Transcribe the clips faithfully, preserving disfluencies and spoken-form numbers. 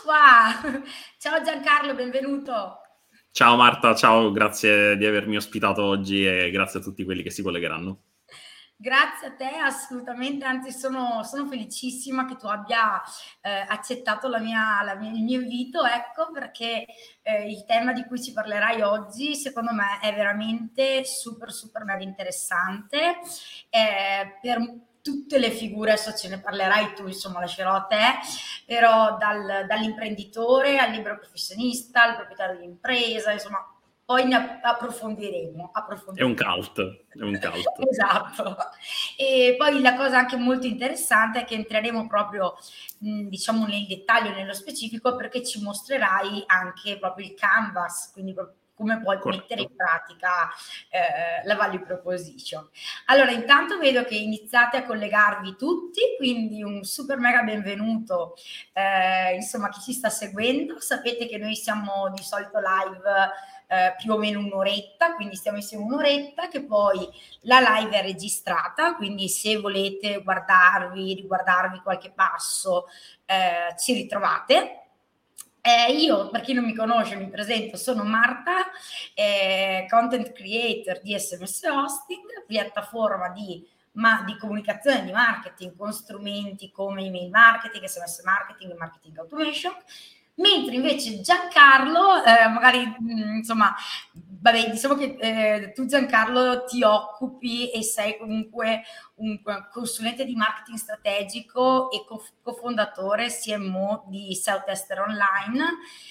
qua! Ciao Giancarlo, benvenuto! Ciao Marta, ciao, grazie di avermi ospitato oggi e grazie a tutti quelli che si collegheranno. Grazie a te, assolutamente, anzi sono, sono felicissima che tu abbia eh, accettato la mia, la mia, il mio invito, ecco, perché eh, il tema di cui ci parlerai oggi secondo me è veramente super super mega interessante eh, per tutte le figure, adesso ce ne parlerai tu, insomma lascerò a te, però dal, dall'imprenditore al libero professionista, al proprietario di impresa, insomma, poi ne approfondiremo, È un approfondiremo. cult, è un cult. Esatto. E poi la cosa anche molto interessante è che entreremo proprio, mh, diciamo, nel dettaglio, nello specifico, perché ci mostrerai anche proprio il canvas, quindi proprio come puoi mettere Corretto. in pratica eh, la value proposition. Allora, intanto vedo che iniziate a collegarvi tutti, quindi un super mega benvenuto, eh, insomma, chi ci sta seguendo. Sapete che noi siamo di solito live eh, più o meno un'oretta, quindi stiamo insieme un'oretta, che poi la live è registrata, quindi se volete guardarvi, riguardarvi qualche passo, eh, ci ritrovate. Eh, io, per chi non mi conosce, mi presento, sono Marta, eh, content creator di S M S Hosting, piattaforma di, ma, di comunicazione e di marketing con strumenti come email marketing, S M S marketing e marketing automation. Mentre invece Giancarlo, eh, magari mh, insomma, vabbè, diciamo che eh, tu Giancarlo ti occupi e sei comunque un consulente di marketing strategico e cofondatore C M O di Southester Online,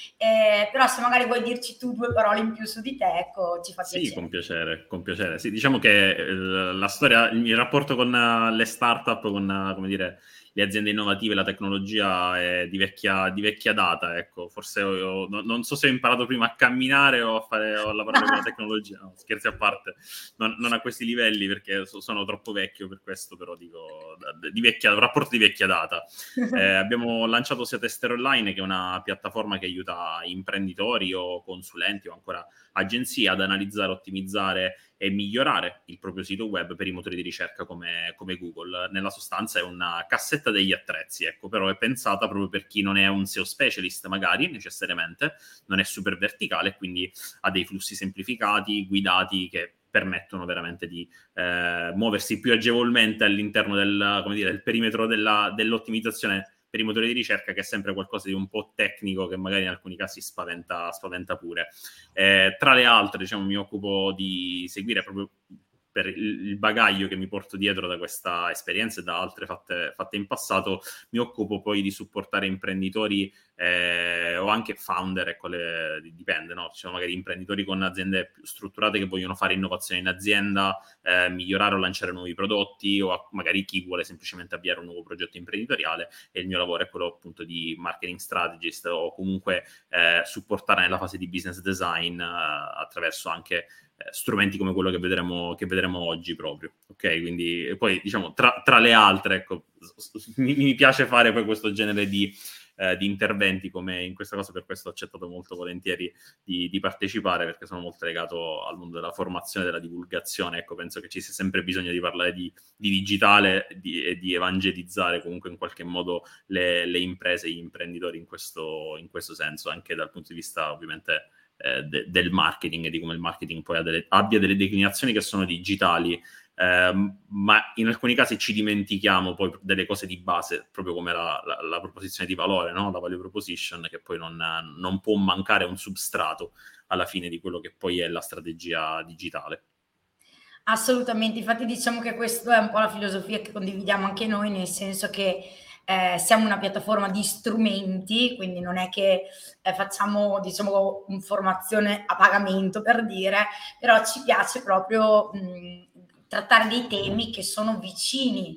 eh, però se magari vuoi dirci tu due parole in più su di te, ecco, ci fa Sì, piacere. con piacere, con piacere. Sì, diciamo che eh, la storia, il mio rapporto con eh, le startup, con eh, come dire, le aziende innovative, la tecnologia è di vecchia, di vecchia data, ecco. Forse ho- ho- no- non so se ho imparato prima a camminare o a fare, o a lavorare con la tecnologia. No, scherzi a parte, non, non a questi livelli perché so- sono troppo vecchio per questo, però dico da- di vecchia, un rapporto di vecchia data. Eh, abbiamo lanciato Sia Tester Online, che è una piattaforma che aiuta imprenditori o consulenti o ancora agenzie ad analizzare, ottimizzare e migliorare il proprio sito web per i motori di ricerca come, come Google. Nella sostanza è una cassetta degli attrezzi, ecco, però è pensata proprio per chi non è un S E O specialist, magari necessariamente, non è super verticale, quindi ha dei flussi semplificati, guidati, che permettono veramente di eh, muoversi più agevolmente all'interno del, come dire, del perimetro della, dell'ottimizzazione per i motori di ricerca, che è sempre qualcosa di un po' tecnico che magari in alcuni casi spaventa, spaventa pure. Eh, tra le altre, diciamo, mi occupo di seguire proprio per il bagaglio che mi porto dietro da questa esperienza e da altre fatte, fatte in passato, mi occupo poi di supportare imprenditori eh, o anche founder, ecco, le, dipende, no? Ci sono magari imprenditori con aziende più strutturate che vogliono fare innovazione in azienda, eh, migliorare o lanciare nuovi prodotti, o magari chi vuole semplicemente avviare un nuovo progetto imprenditoriale, e il mio lavoro è quello appunto di marketing strategist o comunque eh, supportare nella fase di business design eh, attraverso anche eh, strumenti come quello che vedremo, che vedremo oggi proprio, ok? Quindi poi diciamo tra, tra le altre, ecco, mi, mi piace fare poi questo genere di eh, di interventi come in questa cosa, per questo ho accettato molto volentieri di, di partecipare, perché sono molto legato al mondo della formazione e della divulgazione. Ecco, penso che ci sia sempre bisogno di parlare di, di digitale di, e di evangelizzare comunque in qualche modo le, le imprese, gli imprenditori in questo, in questo senso, anche dal punto di vista ovviamente eh, de, del marketing e di come il marketing poi delle, abbia delle declinazioni che sono digitali. Eh, ma in alcuni casi ci dimentichiamo poi delle cose di base, proprio come la, la, la proposizione di valore, no? La value proposition, che poi non, non può mancare un substrato alla fine di quello che poi è la strategia digitale. Assolutamente, infatti diciamo che questa è un po' la filosofia che condividiamo anche noi, nel senso che eh, siamo una piattaforma di strumenti, quindi non è che eh, facciamo, diciamo, formazione a pagamento, per dire, però ci piace proprio mh, trattare dei temi che sono vicini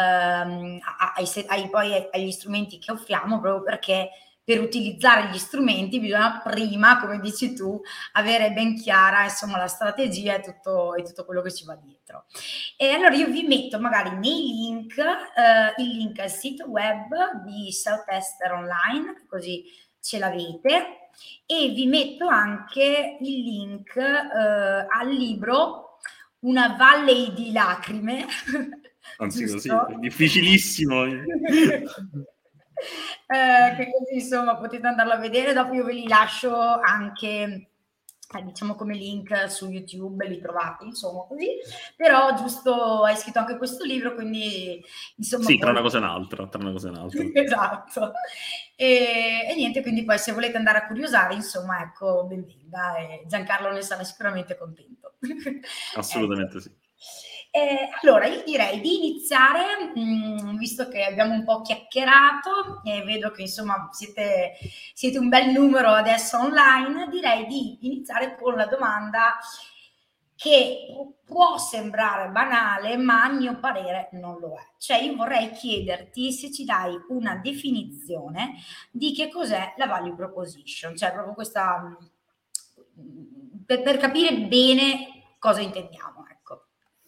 ehm, ai, ai, poi agli strumenti che offriamo, proprio perché per utilizzare gli strumenti bisogna prima, come dici tu, avere ben chiara insomma la strategia e tutto, e tutto quello che ci va dietro. E allora io vi metto magari nei link eh, il link al sito web di Southester Online, così ce l'avete, e vi metto anche il link eh, al libro Una Valley di Lacrime, Anzi, così, giusto? è difficilissimo. eh, che così insomma potete andarlo a vedere, dopo io ve li lascio anche eh, diciamo come link su YouTube, li trovate insomma così, però giusto hai scritto anche questo libro, quindi insomma Sì, tra poi una cosa e un'altra, tra una cosa e un'altra. esatto. E, e niente, quindi poi se volete andare a curiosare, insomma, ecco, benvenga. E Giancarlo ne sarà sicuramente contento. Assolutamente Ecco. sì. Eh, allora, io direi di iniziare, mh, visto che abbiamo un po' chiacchierato e vedo che insomma siete, siete un bel numero adesso online, direi di iniziare con la domanda che può sembrare banale, ma a mio parere non lo è. Cioè, io vorrei chiederti se ci dai una definizione di che cos'è la value proposition, cioè proprio questa per, per capire bene cosa intendiamo, ecco.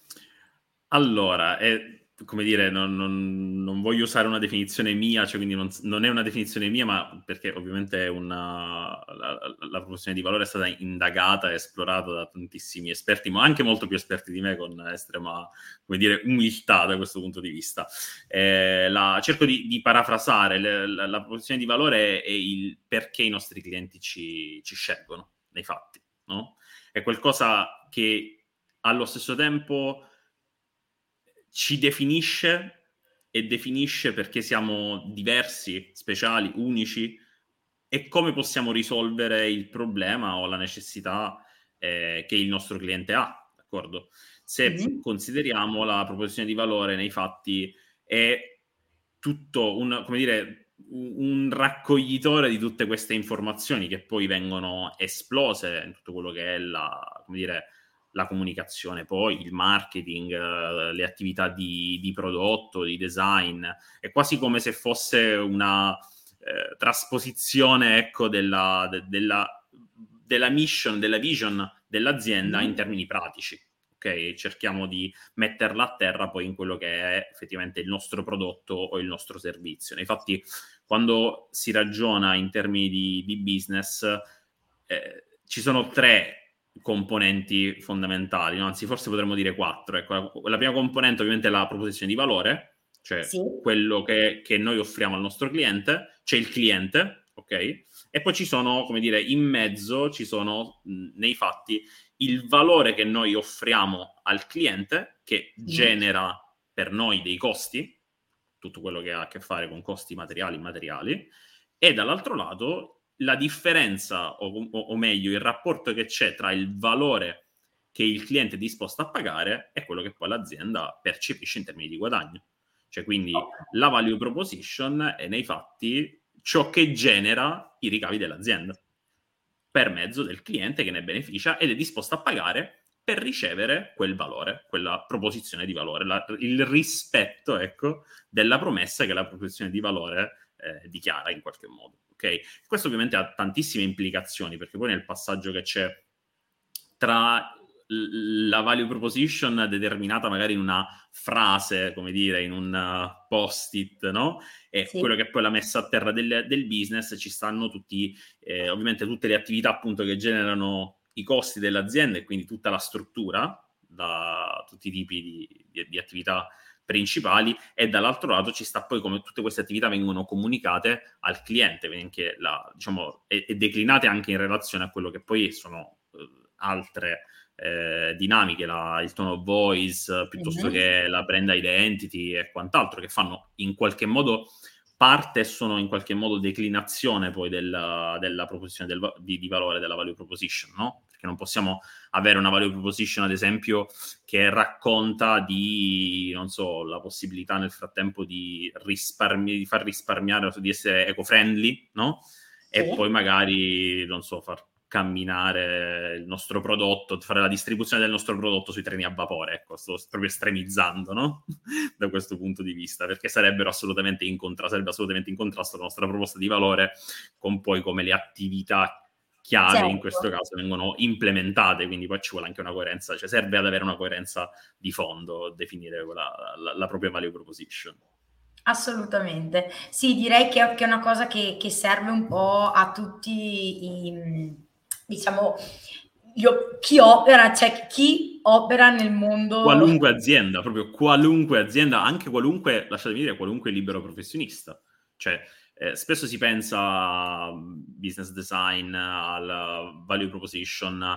Allora, è, come dire, non, non, non voglio usare una definizione mia, cioè quindi non, non è una definizione mia, ma perché ovviamente è una, la, la proposizione di valore è stata indagata e esplorata da tantissimi esperti, ma anche molto più esperti di me, con estrema, come dire, umiltà da questo punto di vista. Eh, la, cerco di, di parafrasare, le, la, la proposizione di valore è il perché i nostri clienti ci, ci scelgono, nei fatti, no? È qualcosa che allo stesso tempo ci definisce e definisce perché siamo diversi, speciali, unici e come possiamo risolvere il problema o la necessità eh, che il nostro cliente ha, d'accordo? Se Mm-hmm. consideriamo la proposizione di valore nei fatti è tutto un, come dire, un raccoglitore di tutte queste informazioni che poi vengono esplose in tutto quello che è la, come dire, la comunicazione, poi il marketing, uh, le attività di, di prodotto, di design. È quasi come se fosse una eh, trasposizione, ecco, della, de, della, della mission, della vision dell'azienda mm-hmm. in termini pratici. Ok, cerchiamo di metterla a terra poi in quello che è effettivamente il nostro prodotto o il nostro servizio. Infatti, quando si ragiona in termini di, di business, eh, ci sono tre componenti fondamentali, no? Anzi forse potremmo dire quattro. Ecco, la prima componente ovviamente è la proposizione di valore, cioè sì. quello che, che noi offriamo al nostro cliente, c'è il cliente, ok? E poi ci sono, come dire, in mezzo ci sono mh, nei fatti il valore che noi offriamo al cliente, che mm. genera per noi dei costi, tutto quello che ha a che fare con costi materiali e immateriali, e dall'altro lato la differenza, o, o, o meglio, il rapporto che c'è tra il valore che il cliente è disposto a pagare e quello che poi l'azienda percepisce in termini di guadagno. Cioè, quindi la value proposition è nei fatti ciò che genera i ricavi dell'azienda per mezzo del cliente che ne beneficia ed è disposto a pagare per ricevere quel valore, quella proposizione di valore, la, il rispetto, ecco, della promessa che la proposizione di valore eh, dichiara in qualche modo. Okay? Questo ovviamente ha tantissime implicazioni, perché poi nel passaggio che c'è tra la value proposition determinata magari in una frase, come dire, in un uh, post-it, no? E sì. quello che poi è la messa a terra del, del business, ci stanno tutti, eh, ovviamente tutte le attività appunto che generano i costi dell'azienda e quindi tutta la struttura, da tutti i tipi di, di, di attività principali, e dall'altro lato ci sta poi come tutte queste attività vengono comunicate al cliente, anche la, diciamo, e, e declinate anche in relazione a quello che poi sono eh, altre eh, dinamiche, la, il tone of voice, piuttosto mm-hmm. che la brand identity e quant'altro, che fanno in qualche modo parte e sono in qualche modo declinazione poi della, della proposizione del, di, di valore della value proposition, no? Perché non possiamo avere una value proposition, ad esempio, che racconta di, non so, la possibilità nel frattempo di, risparmi- di far risparmiare, di essere eco-friendly, no? E sì. poi magari, non so, far camminare il nostro prodotto, fare la distribuzione del nostro prodotto sui treni a vapore, ecco, sto proprio estremizzando, no? Da questo punto di vista, perché sarebbero assolutamente in contrasto, sarebbe assolutamente in contrasto la nostra proposta di valore con poi come le attività chiave certo. in questo caso vengono implementate, quindi poi ci vuole anche una coerenza, cioè serve ad avere una coerenza di fondo, definire la, la, la propria value proposition. Assolutamente, sì, direi che è una cosa che, che serve un po' a tutti i, diciamo, io, chi opera, cioè chi opera nel mondo... Qualunque azienda, proprio qualunque azienda, anche qualunque, lasciatemi dire, qualunque libero professionista. Cioè, eh, spesso si pensa a business design, al value proposition,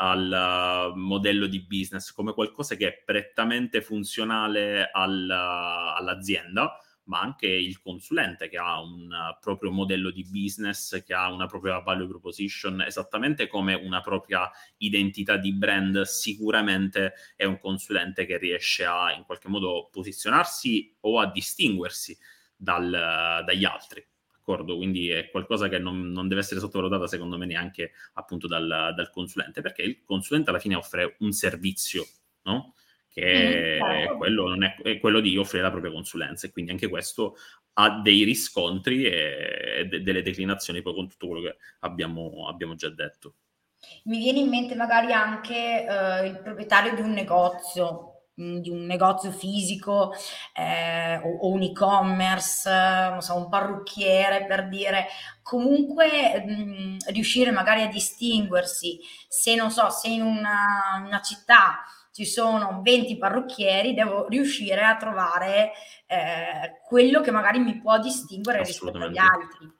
al modello di business come qualcosa che è prettamente funzionale al, all'azienda, ma anche il consulente che ha un proprio modello di business, che ha una propria value proposition, esattamente come una propria identità di brand, sicuramente è un consulente che riesce a in qualche modo posizionarsi o a distinguersi dal, dagli altri. D'accordo? Quindi è qualcosa che non, non deve essere sottovalutata, secondo me, neanche appunto dal, dal consulente, perché il consulente alla fine offre un servizio, no? Che è quello, non è, è quello di offrire la propria consulenza, e quindi anche questo ha dei riscontri e, e de, delle declinazioni poi con tutto quello che abbiamo, abbiamo già detto. Mi viene in mente magari anche eh, il proprietario di un negozio, di un negozio fisico eh, o, o un e-commerce, non so, un parrucchiere, per dire, comunque mh, riuscire magari a distinguersi. Se non so, se in una, una città ci sono venti parrucchieri, devo riuscire a trovare eh, quello che magari mi può distinguere rispetto agli altri.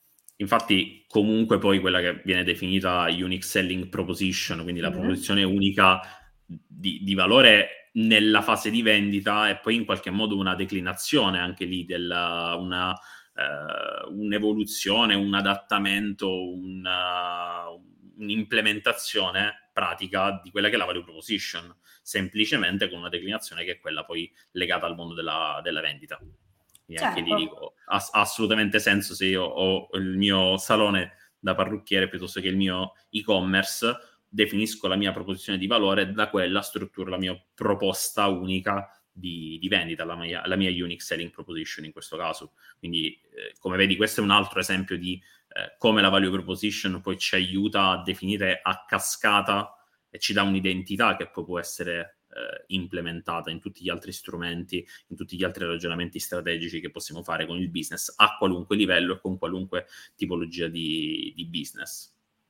Infatti, comunque poi quella che viene definita unique selling proposition, quindi la mm-hmm. proposizione unica di, di valore nella fase di vendita, e poi in qualche modo una declinazione anche lì della una eh, un'evoluzione, un adattamento, una, un'implementazione pratica di quella che è la value proposition, semplicemente con una declinazione che è quella poi legata al mondo della, della vendita. Quindi certo. Anche lì dico, ha, ha assolutamente senso se io ho il mio salone da parrucchiere piuttosto che il mio e-commerce, definisco la mia proposizione di valore, da quella strutturo la mia proposta unica di, di vendita, la mia, la mia unique selling proposition in questo caso. Quindi, eh, come vedi, questo è un altro esempio di eh, come la value proposition poi ci aiuta a definire a cascata e ci dà un'identità che poi può essere eh, implementata in tutti gli altri strumenti, in tutti gli altri ragionamenti strategici che possiamo fare con il business a qualunque livello e con qualunque tipologia di, di business.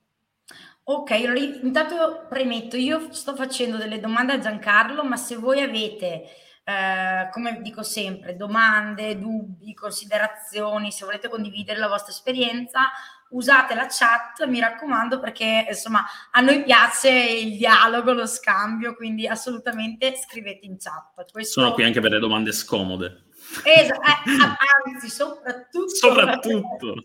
Ok, allora intanto premetto, io sto facendo delle domande a Giancarlo, ma se voi avete, eh, come dico sempre, domande, dubbi, considerazioni, se volete condividere la vostra esperienza, usate la chat, mi raccomando, perché insomma a noi piace il dialogo, lo scambio, quindi assolutamente scrivete in chat. Questo... Sono qui anche per le domande scomode. Esatto, eh, anzi, soprattutto. Soprattutto.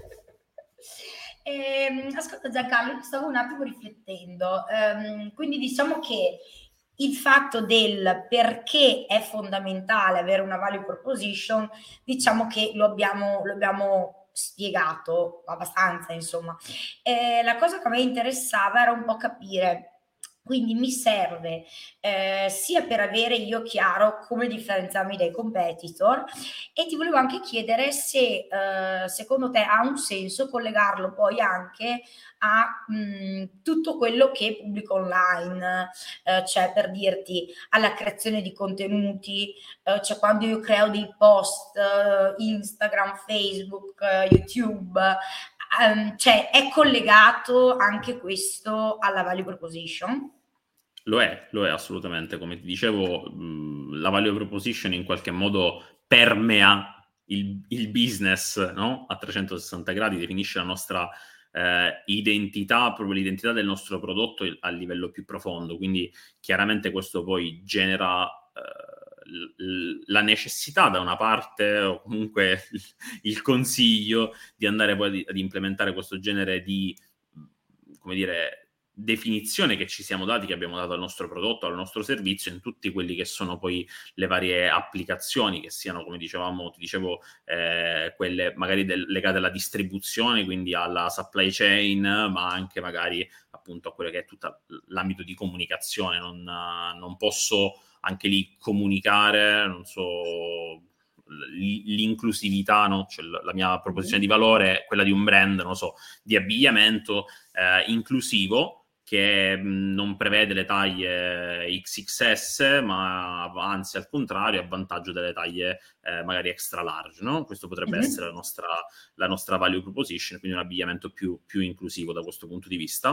Eh, ascolta Giancarlo, stavo un attimo riflettendo, um, quindi diciamo che il fatto del perché è fondamentale avere una value proposition, diciamo che lo abbiamo, lo abbiamo spiegato abbastanza, insomma. Eh, la cosa che a me interessava era un po' capire, quindi mi serve eh, sia per avere io chiaro come differenziarmi dai competitor, e ti volevo anche chiedere se eh, secondo te ha un senso collegarlo poi anche a mh, tutto quello che pubblico online, eh, cioè per dirti alla creazione di contenuti, eh, cioè quando io creo dei post, eh, Instagram, Facebook, eh, YouTube, Um, cioè è collegato anche questo alla value proposition? Lo è, lo è assolutamente. Come ti dicevo, mh, la value proposition in qualche modo permea il, il business, no? A trecentosessanta gradi, definisce la nostra eh, identità, proprio l'identità del nostro prodotto a livello più profondo. Quindi chiaramente questo poi genera eh, la necessità da una parte, o comunque il consiglio di andare poi ad implementare questo genere di, come dire, definizione che ci siamo dati, che abbiamo dato al nostro prodotto, al nostro servizio, in tutti quelli che sono poi le varie applicazioni, che siano, come dicevamo, ti dicevo, eh, quelle magari del, legate alla distribuzione, quindi alla supply chain, ma anche magari appunto a quello che è tutto l'ambito di comunicazione. Non, non posso anche lì comunicare, non so, l'inclusività, no? Cioè la mia proposizione di valore è quella di un brand, non so, di abbigliamento eh, inclusivo, che mh, non prevede le taglie X X S, ma anzi al contrario a vantaggio delle taglie eh, magari extra large, no? Questo potrebbe mm-hmm. essere la nostra, la nostra value proposition, quindi un abbigliamento più, più inclusivo da questo punto di vista.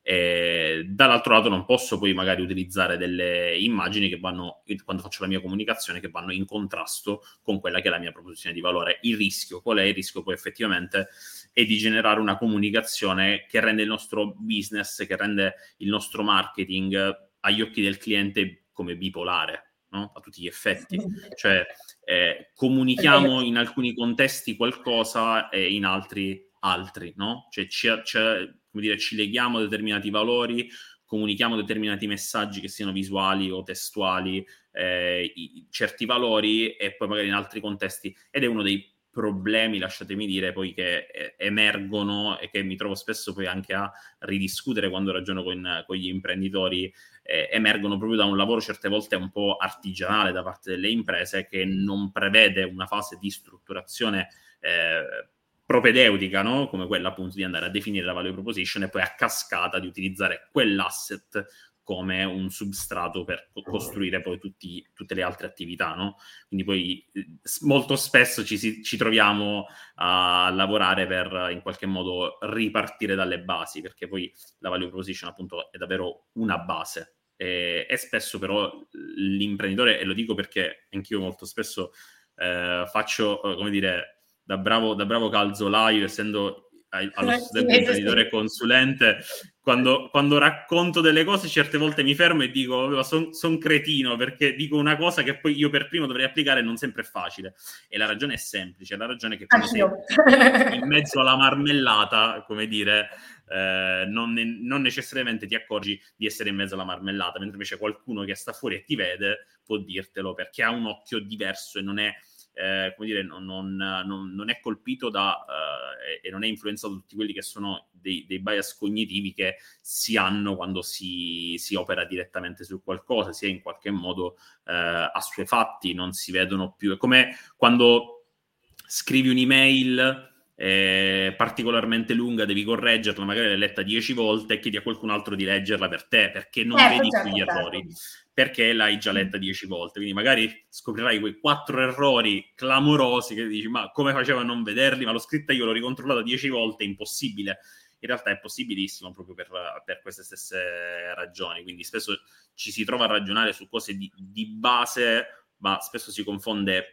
E dall'altro lato non posso poi magari utilizzare delle immagini che vanno, quando faccio la mia comunicazione, che vanno in contrasto con quella che è la mia proposizione di valore. Il rischio, qual è il rischio poi effettivamente? È di generare una comunicazione che rende il nostro business, che rende il nostro marketing agli occhi del cliente come bipolare, no? A tutti gli effetti. Cioè, eh, comunichiamo in alcuni contesti qualcosa e in altri altri, no? Cioè, ci, ci, come dire, ci leghiamo a determinati valori, comunichiamo determinati messaggi che siano visuali o testuali, eh, i, certi valori, e poi magari in altri contesti, ed è uno dei problemi, lasciatemi dire, poi che eh, emergono e che mi trovo spesso poi anche a ridiscutere quando ragiono con, con gli imprenditori, eh, emergono proprio da un lavoro certe volte un po' artigianale da parte delle imprese, che non prevede una fase di strutturazione eh, propedeutica, no? Come quella appunto di andare a definire la value proposition e poi a cascata di utilizzare quell'asset come un substrato per costruire poi tutti, tutte le altre attività, no? Quindi poi molto spesso ci, si, ci troviamo a lavorare per in qualche modo ripartire dalle basi, perché poi la value proposition appunto è davvero una base. E, e spesso però l'imprenditore, e lo dico perché anch'io molto spesso eh, faccio, eh, come dire, da bravo, da bravo calzolaio, essendo allo stesso tempo imprenditore e consulente, quando, quando racconto delle cose certe volte mi fermo e dico sono son cretino, perché dico una cosa che poi io per primo dovrei applicare e non sempre è facile, e la ragione è semplice, la ragione è che quando sei in mezzo alla marmellata, come dire, eh, non, ne, non necessariamente ti accorgi di essere in mezzo alla marmellata, mentre invece qualcuno che sta fuori e ti vede può dirtelo, perché ha un occhio diverso e non è Eh, come dire, non, non, non, non è colpito da eh, e non è influenzato da tutti quelli che sono dei, dei bias cognitivi che si hanno quando si, si opera direttamente su qualcosa, si è in qualche modo eh, assuefatti, non si vedono più. È come quando scrivi un'email eh, particolarmente lunga, devi correggerla, magari l'hai letta dieci volte e chiedi a qualcun altro di leggerla per te, perché non certo, vedi certo, più gli certo. errori, perché l'hai già letta dieci volte. Quindi magari scoprirai quei quattro errori clamorosi che dici, ma come facevo a non vederli? Ma l'ho scritta io, l'ho ricontrollata dieci volte, è impossibile. In realtà è possibilissimo proprio per, per queste stesse ragioni. Quindi spesso ci si trova a ragionare su cose di, di base, ma spesso si confonde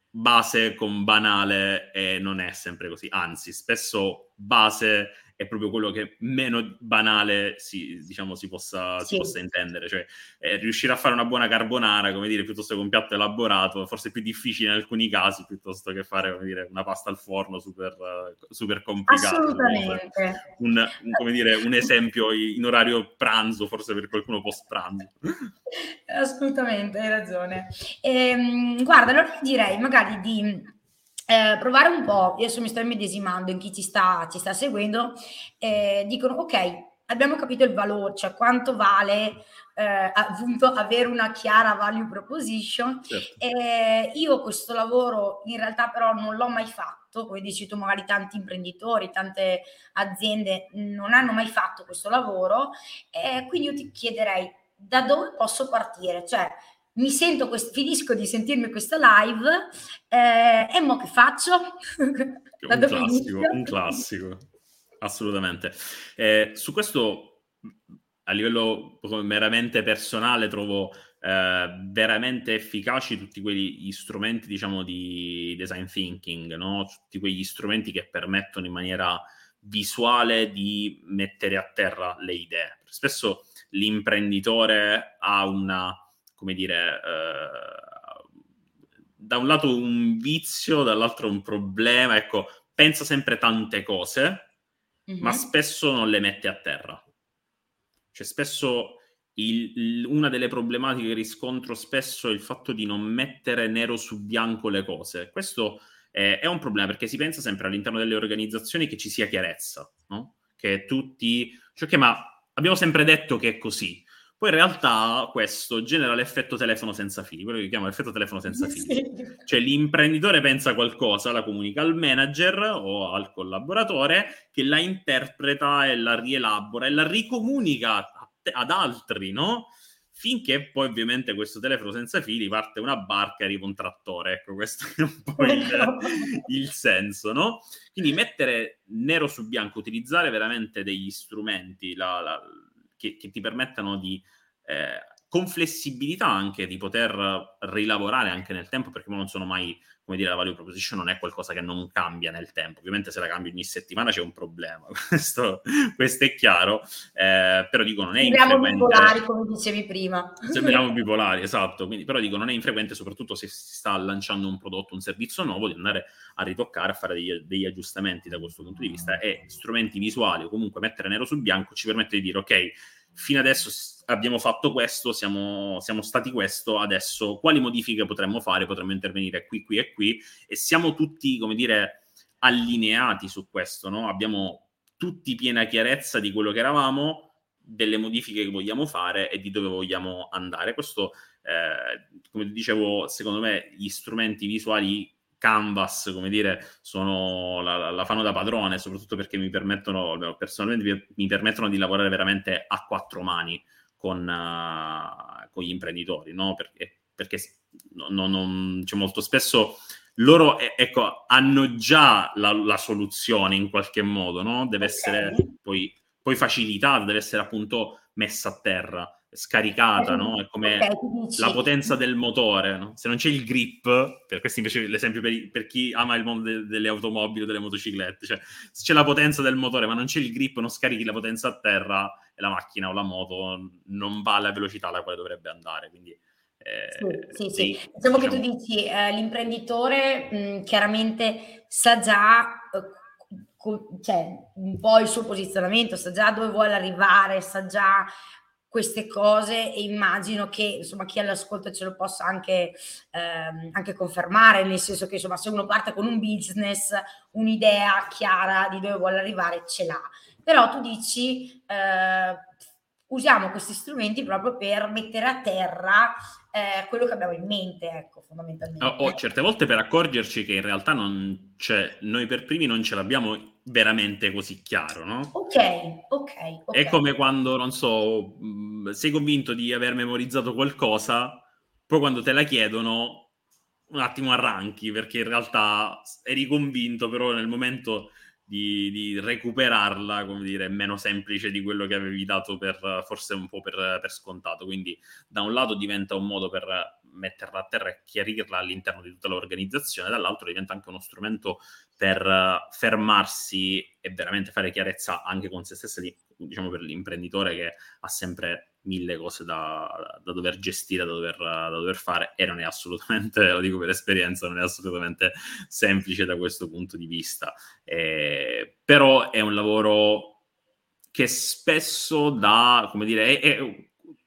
base con banale e non è sempre così. Anzi, spesso base è proprio quello che meno banale si, diciamo, si possa, sì. si possa intendere. Cioè, eh, riuscire a fare una buona carbonara, come dire, piuttosto che un piatto elaborato, forse è più difficile in alcuni casi, piuttosto che fare, come dire, una pasta al forno super, uh, super complicata. Assolutamente. Un, un, come dire, un esempio in orario pranzo, forse per qualcuno post pranzo. Assolutamente, hai ragione. Ehm, guarda, allora direi magari di... Eh, provare un po', adesso mi sto immedesimando in chi ci sta, ci sta seguendo, eh, dicono ok, abbiamo capito il valore, cioè quanto vale eh, appunto avere una chiara value proposition. Certo. Eh, io questo lavoro in realtà però non l'ho mai fatto, come dici tu, magari tanti imprenditori, tante aziende non hanno mai fatto questo lavoro, eh, quindi io ti chiederei da dove posso partire, cioè mi sento, quest- finisco di sentirmi questa live eh, e mo che faccio? Da un classico, un classico, assolutamente. Eh, su questo, a livello meramente personale, trovo eh, veramente efficaci tutti quegli strumenti, diciamo, di design thinking, no? Tutti quegli strumenti che permettono in maniera visuale di mettere a terra le idee. Spesso l'imprenditore ha una, come dire, eh, da un lato un vizio, dall'altro un problema, ecco, pensa sempre tante cose, mm-hmm. ma spesso non le mette a terra. Cioè spesso il, il, una delle problematiche che riscontro spesso è il fatto di non mettere nero su bianco le cose. Questo è, è un problema, perché si pensa sempre all'interno delle organizzazioni che ci sia chiarezza, no? Che tutti... Cioè che ma abbiamo sempre detto che è così. Poi in realtà questo genera l'effetto telefono senza fili, quello che chiamo l'effetto telefono senza fili. Sì. Cioè l'imprenditore pensa qualcosa, la comunica al manager o al collaboratore, che la interpreta e la rielabora e la ricomunica ad altri, no? Finché poi ovviamente questo telefono senza fili parte una barca e arriva un trattore. Ecco, questo è un po' il, il senso, no? Quindi mettere nero su bianco, utilizzare veramente degli strumenti, la... la che, che ti permettano di, eh, con flessibilità anche, di poter rilavorare anche nel tempo, perché non sono mai, come dire, la value proposition non è qualcosa che non cambia nel tempo. Ovviamente se la cambi ogni settimana c'è un problema, questo, questo è chiaro, eh, però dico non è Sembriamo infrequente. bipolari, come dicevi prima. Sembriamo bipolari, esatto. Quindi, però dico, non è infrequente, soprattutto se si sta lanciando un prodotto, un servizio nuovo, di andare a ritoccare, a fare degli, degli aggiustamenti da questo punto di vista, e strumenti visuali o comunque mettere nero su bianco ci permette di dire, ok, fino adesso abbiamo fatto questo, siamo, siamo stati questo, adesso quali modifiche potremmo fare? Potremmo intervenire qui, qui e qui, e siamo tutti, come dire, allineati su questo, no? Abbiamo tutti piena chiarezza di quello che eravamo, delle modifiche che vogliamo fare e di dove vogliamo andare. Questo, eh, come dicevo, secondo me gli strumenti visuali Canvas, come dire, sono la, la fanno da padrone, soprattutto perché mi permettono, personalmente mi permettono di lavorare veramente a quattro mani con, uh, con gli imprenditori, no? Perché, perché non, non, cioè molto spesso loro, eh, ecco, hanno già la, la soluzione in qualche modo, no? Deve essere poi, poi facilitata, deve essere appunto messa a terra, scaricata, no? È come okay, la potenza del motore, no? Se non c'è il grip, per questo invece l'esempio per, per chi ama il mondo de, delle automobili o delle motociclette, cioè se c'è la potenza del motore ma non c'è il grip, non scarichi la potenza a terra e la macchina o la moto non va alla velocità alla quale dovrebbe andare, quindi Eh, sì, sì, sì, sì. Diciamo, diciamo che tu dici, eh, l'imprenditore mh, chiaramente sa già, eh, co- cioè, un po' il suo posizionamento, sa già dove vuole arrivare, sa già queste cose, e immagino che insomma chi all'ascolto ce lo possa anche, ehm, anche confermare, nel senso che insomma se uno parte con un business, un'idea chiara di dove vuole arrivare ce l'ha, però tu dici eh, usiamo questi strumenti proprio per mettere a terra eh, quello che abbiamo in mente, ecco, fondamentalmente. O, o certe volte per accorgerci che in realtà non c'è, noi per primi non ce l'abbiamo veramente così chiaro, no? Ok, ok, ok. È come quando, non so, mh, sei convinto di aver memorizzato qualcosa, poi quando te la chiedono un attimo arranchi, perché in realtà eri convinto, però nel momento di, di recuperarla, come dire, è meno semplice di quello che avevi dato per, forse un po' per, per scontato. Quindi da un lato diventa un modo per metterla a terra e chiarirla all'interno di tutta l'organizzazione, dall'altro diventa anche uno strumento per fermarsi e veramente fare chiarezza anche con se stessa, diciamo, per l'imprenditore che ha sempre mille cose da, da dover gestire, da dover, da dover fare, e non è assolutamente, lo dico per esperienza, non è assolutamente semplice da questo punto di vista. Eh, però è un lavoro che spesso dà, come dire, è, è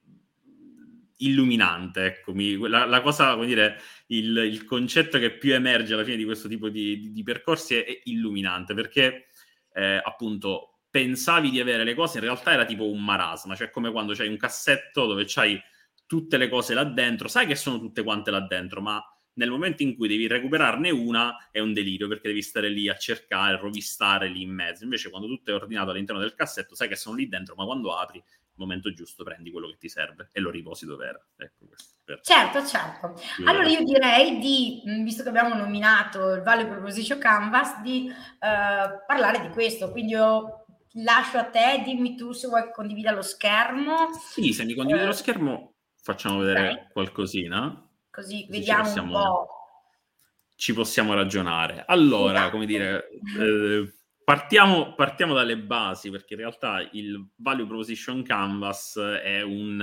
illuminante, ecco, mi, la, la cosa, come dire, il, il concetto che più emerge alla fine di questo tipo di, di, di percorsi è, è illuminante, perché eh, appunto pensavi di avere le cose, in realtà era tipo un marasma, cioè come quando c'hai un cassetto dove c'hai tutte le cose là dentro, sai che sono tutte quante là dentro, ma nel momento in cui devi recuperarne una è un delirio, perché devi stare lì a cercare, rovistare lì in mezzo. Invece quando tutto è ordinato all'interno del cassetto, sai che sono lì dentro, ma quando apri, il momento giusto, prendi quello che ti serve e lo riposi dove era. Ecco, per... Certo, certo. Allora io direi di, visto che abbiamo nominato il Value Proposition Canvas, di eh, parlare di questo. Quindi io lascio a te, dimmi tu se vuoi che condivida lo schermo. Sì, se mi condividi eh, lo schermo facciamo vedere okay. qualcosina. Così, così vediamo possiamo, un po'. Ci possiamo ragionare. Allora, esatto. Come dire... Eh, Partiamo, partiamo dalle basi, perché in realtà il Value Proposition Canvas è un,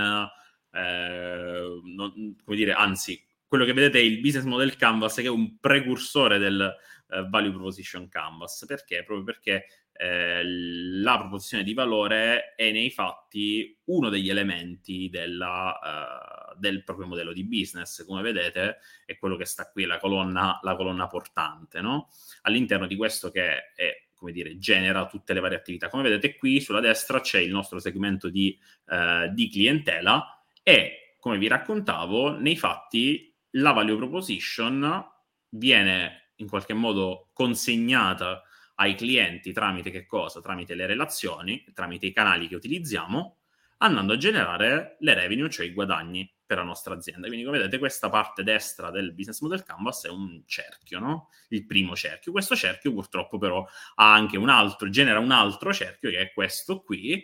eh, non, come dire, anzi, quello che vedete è il Business Model Canvas, che è un precursore del eh, Value Proposition Canvas. Perché? Proprio perché eh, la proposizione di valore è nei fatti uno degli elementi della, uh, del proprio modello di business. Come vedete è quello che sta qui, la colonna, la colonna portante, no? All'interno di questo che è, come dire, genera tutte le varie attività. Come vedete qui sulla destra c'è il nostro segmento di, eh, di clientela e, come vi raccontavo, nei fatti la value proposition viene in qualche modo consegnata ai clienti tramite che cosa? Tramite le relazioni, tramite i canali che utilizziamo, andando a generare le revenue, cioè i guadagni per la nostra azienda. Quindi, come vedete, questa parte destra del Business Model Canvas è un cerchio, no? Il primo cerchio. Questo cerchio purtroppo però ha anche un altro, genera un altro cerchio, che è questo qui,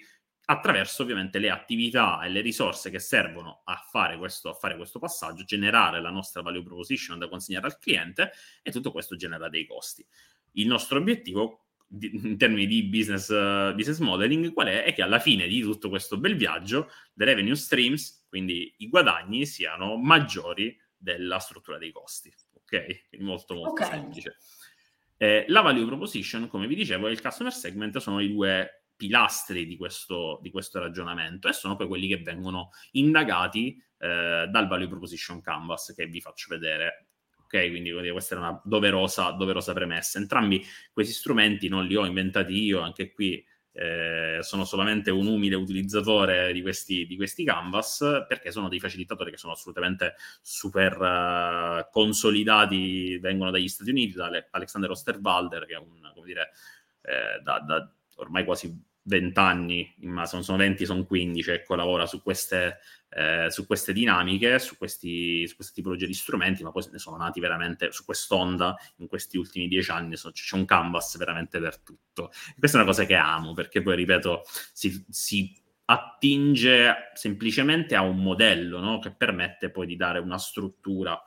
attraverso ovviamente le attività e le risorse che servono a fare questo, a fare questo passaggio, generare la nostra value proposition da consegnare al cliente, e tutto questo genera dei costi. Il nostro obiettivo in termini di business, uh, business modeling, qual è? È che alla fine di tutto questo bel viaggio, le revenue streams, quindi i guadagni, siano maggiori della struttura dei costi. Ok? Quindi molto molto Ok. semplice. Eh, la value proposition, come vi dicevo, e il customer segment sono i due pilastri di questo, di questo ragionamento, e sono poi quelli che vengono indagati eh, dal value proposition canvas, che vi faccio vedere. Ok, quindi questa è una doverosa, doverosa premessa. Entrambi questi strumenti non li ho inventati io, anche qui eh, sono solamente un umile utilizzatore di questi, di questi canvas, perché sono dei facilitatori che sono assolutamente super uh, consolidati, vengono dagli Stati Uniti, da Alexander Osterwalder, che è un, come dire, eh, da, da ormai quasi vent'anni, ma se non sono venti, sono quindici, ecco, lavora su queste, eh, su queste dinamiche, su, questi, su queste tipologie di strumenti, ma poi ne sono nati veramente su quest'onda in questi ultimi dieci anni, so, c'è un canvas veramente per tutto. E questa è una cosa che amo, perché poi, ripeto, si, si attinge semplicemente a un modello, no? Che permette poi di dare una struttura.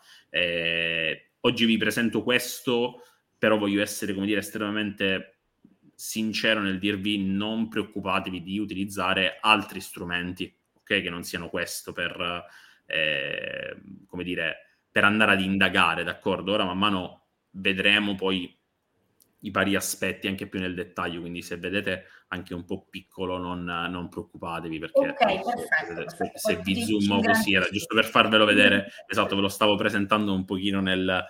Eh, oggi vi presento questo, però voglio essere, come dire, estremamente sincero nel dirvi: non preoccupatevi di utilizzare altri strumenti, ok, che non siano questo, per eh, come dire, per andare ad indagare, d'accordo? Ora man mano vedremo poi i vari aspetti anche più nel dettaglio, quindi se vedete anche un po' piccolo non, non preoccupatevi, perché Ok, perfetto, vedete, se, perfetto. se vi Ti, ti zoomo così era giusto per farvelo vedere, esatto, ve lo stavo presentando un pochino nel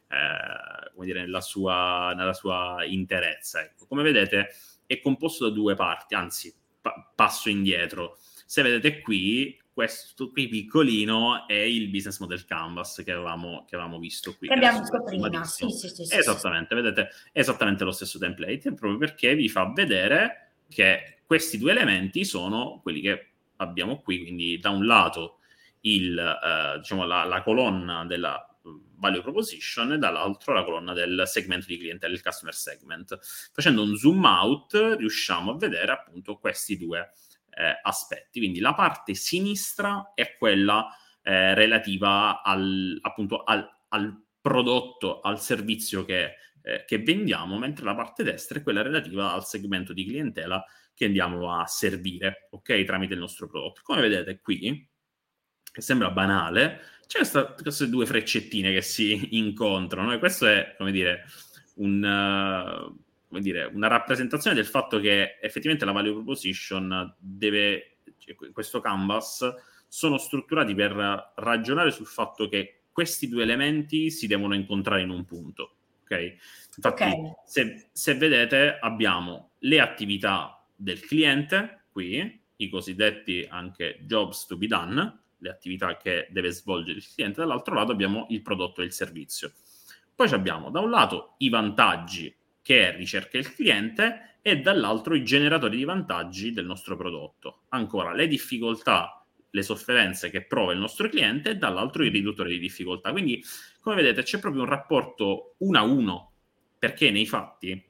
Eh, come dire, nella sua, nella sua interezza. Ecco. Come vedete è composto da due parti, anzi pa- passo indietro. Se vedete qui, questo qui piccolino è il business model canvas che avevamo, che avevamo visto qui. Che abbiamo visto prima, sì, sì, sì, sì. Esattamente, sì. Vedete, è esattamente lo stesso template, proprio perché vi fa vedere che questi due elementi sono quelli che abbiamo qui, quindi da un lato il, eh, diciamo, la, la colonna della value proposition e dall'altro la colonna del segmento di clientela, il customer segment. Facendo un zoom out riusciamo a vedere appunto questi due eh, aspetti. Quindi la parte sinistra è quella eh, relativa al, appunto al, al prodotto, al servizio che, eh, che vendiamo, mentre la parte destra è quella relativa al segmento di clientela che andiamo a servire, ok, tramite il nostro prodotto. Come vedete qui, che sembra banale, c'è questa, queste due freccettine che si incontrano, e questo è, come dire, un, uh, come dire, una rappresentazione del fatto che effettivamente la value proposition deve, cioè, questo canvas, sono strutturati per ragionare sul fatto che questi due elementi si devono incontrare in un punto, ok? Infatti, okay. Se, se vedete, abbiamo le attività del cliente, qui, i cosiddetti anche jobs to be done, le attività che deve svolgere il cliente, dall'altro lato abbiamo il prodotto e il servizio. Poi abbiamo da un lato i vantaggi che ricerca il cliente e dall'altro i generatori di vantaggi del nostro prodotto. Ancora le difficoltà, le sofferenze che prova il nostro cliente e dall'altro i riduttori di difficoltà. Quindi, come vedete, c'è proprio un rapporto uno a uno, perché nei fatti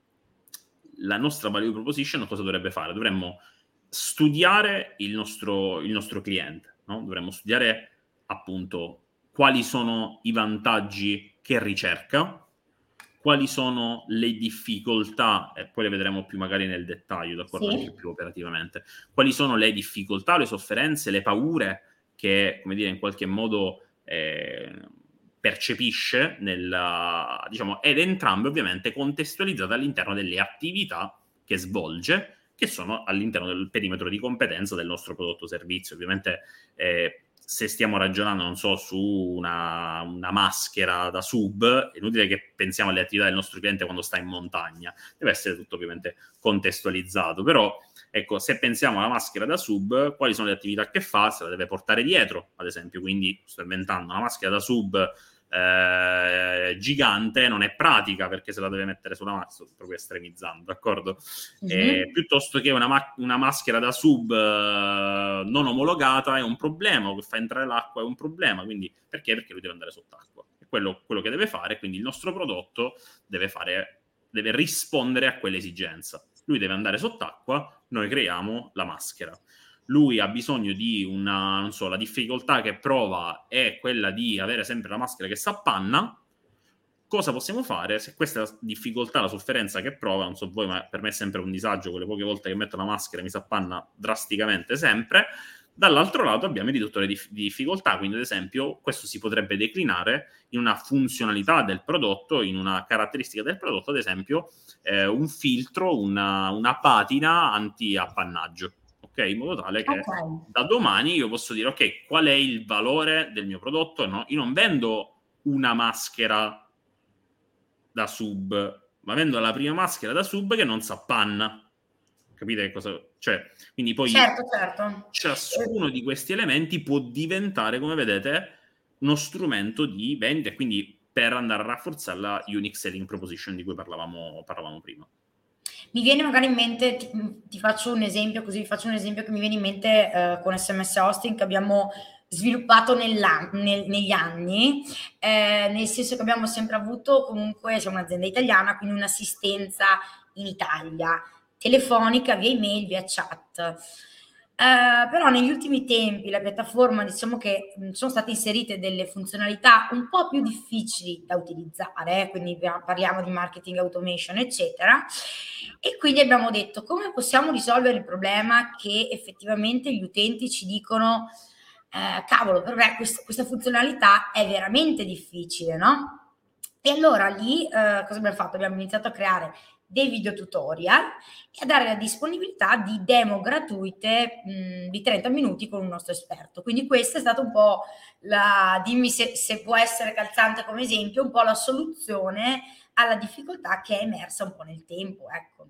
la nostra value proposition cosa dovrebbe fare? Dovremmo studiare il nostro, il nostro cliente, no? Dovremmo studiare appunto quali sono i vantaggi che ricerca, quali sono le difficoltà, e poi le vedremo più magari nel dettaglio, d'accordo? Sì. Anche più operativamente. Quali sono le difficoltà, le sofferenze, le paure che, come dire, in qualche modo eh, percepisce nella, diciamo, ed entrambe ovviamente contestualizzate all'interno delle attività che svolge, che sono all'interno del perimetro di competenza del nostro prodotto o servizio. Ovviamente eh, se stiamo ragionando, non so, su una, una maschera da sub, è inutile che pensiamo alle attività del nostro cliente quando sta in montagna, deve essere tutto ovviamente contestualizzato, però ecco, se pensiamo alla maschera da sub, quali sono le attività che fa? Se la deve portare dietro, ad esempio, quindi sto inventando una maschera da sub Eh, gigante, non è pratica perché se la deve mettere sulla maschera, sto proprio estremizzando, d'accordo? Mm-hmm. Eh, piuttosto che una, ma- una maschera da sub eh, non omologata è un problema, che fa entrare l'acqua è un problema, quindi perché? Perché lui deve andare sott'acqua, è quello, quello che deve fare, quindi il nostro prodotto deve fare, deve rispondere a quell'esigenza. lui deve andare sott'acqua, noi creiamo la maschera. Lui ha bisogno di una, non so, la difficoltà che prova è quella di avere sempre la maschera che s'appanna. Cosa possiamo fare? Se questa è la difficoltà, la sofferenza che prova, non so voi, ma per me è sempre un disagio, quelle poche volte che metto la maschera mi si appanna drasticamente sempre. Dall'altro lato abbiamo il riduttore di, di difficoltà, quindi ad esempio questo si potrebbe declinare in una funzionalità del prodotto, in una caratteristica del prodotto, ad esempio eh, un filtro, una, una patina anti-appannaggio, ok? In modo tale che Okay. da domani io posso dire, ok, qual è il valore del mio prodotto? No, io non vendo una maschera da sub, ma vendo la prima maschera da sub che non si appanna. Capite che cosa? Cioè, quindi poi Certo, certo. ciascuno di questi elementi può diventare, come vedete, uno strumento di vendita, e quindi per andare a rafforzare la unique selling proposition di cui parlavamo, parlavamo prima. Mi viene magari in mente, ti, ti faccio un esempio, così vi faccio un esempio che mi viene in mente eh, con S M S Hosting che abbiamo sviluppato nel, negli anni, eh, nel senso che abbiamo sempre avuto, comunque siamo un'azienda italiana, quindi un'assistenza in Italia, telefonica, via email, via chat. Uh, però negli ultimi tempi la piattaforma, diciamo che mh, sono state inserite delle funzionalità un po' più difficili da utilizzare, eh, quindi parliamo di marketing automation eccetera, e quindi abbiamo detto come possiamo risolvere il problema che effettivamente gli utenti ci dicono eh, cavolo, per me questa, questa funzionalità è veramente difficile, no? E allora lì eh, cosa abbiamo fatto? Abbiamo iniziato a creare dei video tutorial e a dare la disponibilità di demo gratuite mh, di trenta minuti con un nostro esperto. Quindi questa è stata un po' la, dimmi se, se può essere calzante come esempio, un po' la soluzione alla difficoltà che è emersa un po' nel tempo, ecco.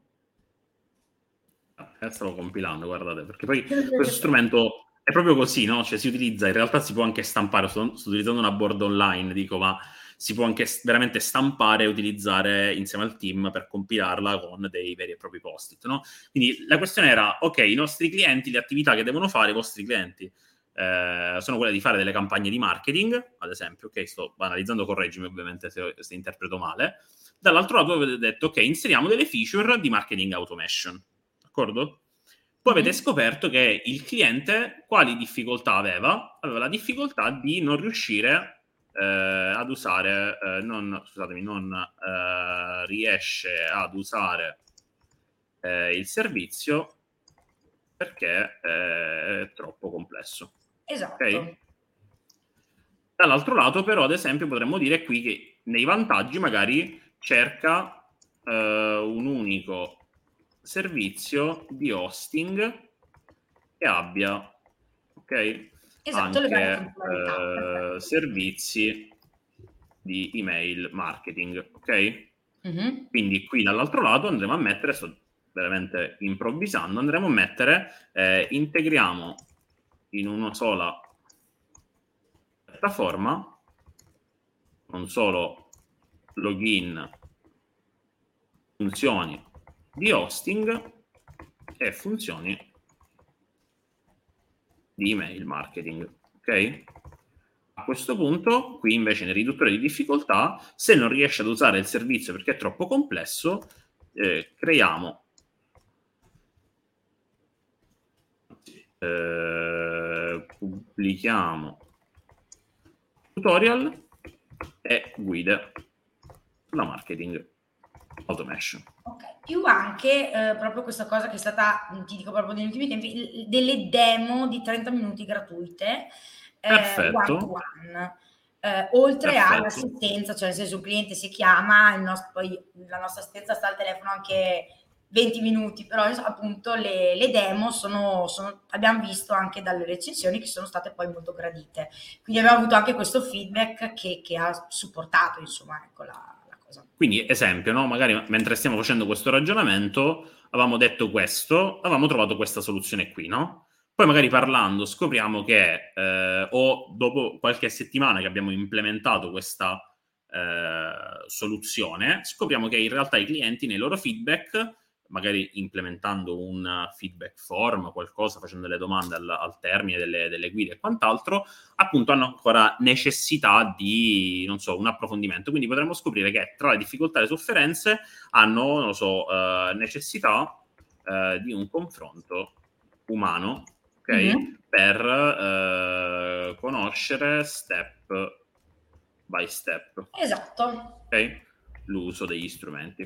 Eh, stavo compilando, guardate, perché poi questo strumento è proprio così, no? Cioè si utilizza, in realtà si può anche stampare, sto, sto utilizzando una board online, dico, ma si può anche veramente stampare e utilizzare insieme al team per compilarla con dei veri e propri post-it, no? Quindi la questione era, ok, i nostri clienti, le attività che devono fare i vostri clienti eh, sono quelle di fare delle campagne di marketing, ad esempio, ok, sto banalizzando, correggimi ovviamente se, se interpreto male. Dall'altro lato avete detto, ok, inseriamo delle feature di marketing automation, d'accordo? Poi avete scoperto che il cliente quali difficoltà aveva? Aveva la difficoltà di non riuscire eh, ad usare, eh, non, scusatemi, non eh, riesce ad usare eh, il servizio perché eh, è troppo complesso. Esatto. Okay? Dall'altro lato, però, ad esempio, potremmo dire qui che nei vantaggi magari cerca eh, un unico servizio di hosting che abbia, ok, esatto, le varie anche funzionalità. eh, servizi di email marketing, ok? Mm-hmm. Quindi qui dall'altro lato andremo a mettere, sto veramente improvvisando, andremo a mettere, eh, integriamo in una sola piattaforma non solo login, funzioni di hosting e funzioni di email marketing, ok? A questo punto, qui invece nel riduttore di difficoltà, se non riesce ad usare il servizio perché è troppo complesso, eh, creiamo eh, pubblichiamo tutorial e guide sulla marketing automation. Ok, più anche eh, proprio questa cosa che è stata, ti dico proprio negli ultimi tempi, delle demo di trenta minuti gratuite, eh, one to one. Eh, oltre Perfetto. all'assistenza, cioè nel senso un cliente si chiama, il nostro, poi la nostra assistenza sta al telefono anche venti minuti, però appunto le, le demo sono, sono, abbiamo visto anche dalle recensioni che sono state poi molto gradite, quindi abbiamo avuto anche questo feedback che, che ha supportato insomma ecco la, la cosa. Quindi esempio, no? Magari mentre stiamo facendo questo ragionamento avevamo detto questo, avevamo trovato questa soluzione qui, no? Poi magari parlando scopriamo che eh, o dopo qualche settimana che abbiamo implementato questa eh, soluzione, scopriamo che in realtà i clienti nei loro feedback, magari implementando un feedback form, qualcosa, facendo delle domande al, al termine delle, delle guide e quant'altro, appunto hanno ancora necessità di, non so, un approfondimento. Quindi potremmo scoprire che tra le difficoltà e le sofferenze hanno, non lo so, eh, necessità eh, di un confronto umano, ok? Mm-hmm. Per eh, conoscere step by step. Esatto. Ok? L'uso degli strumenti.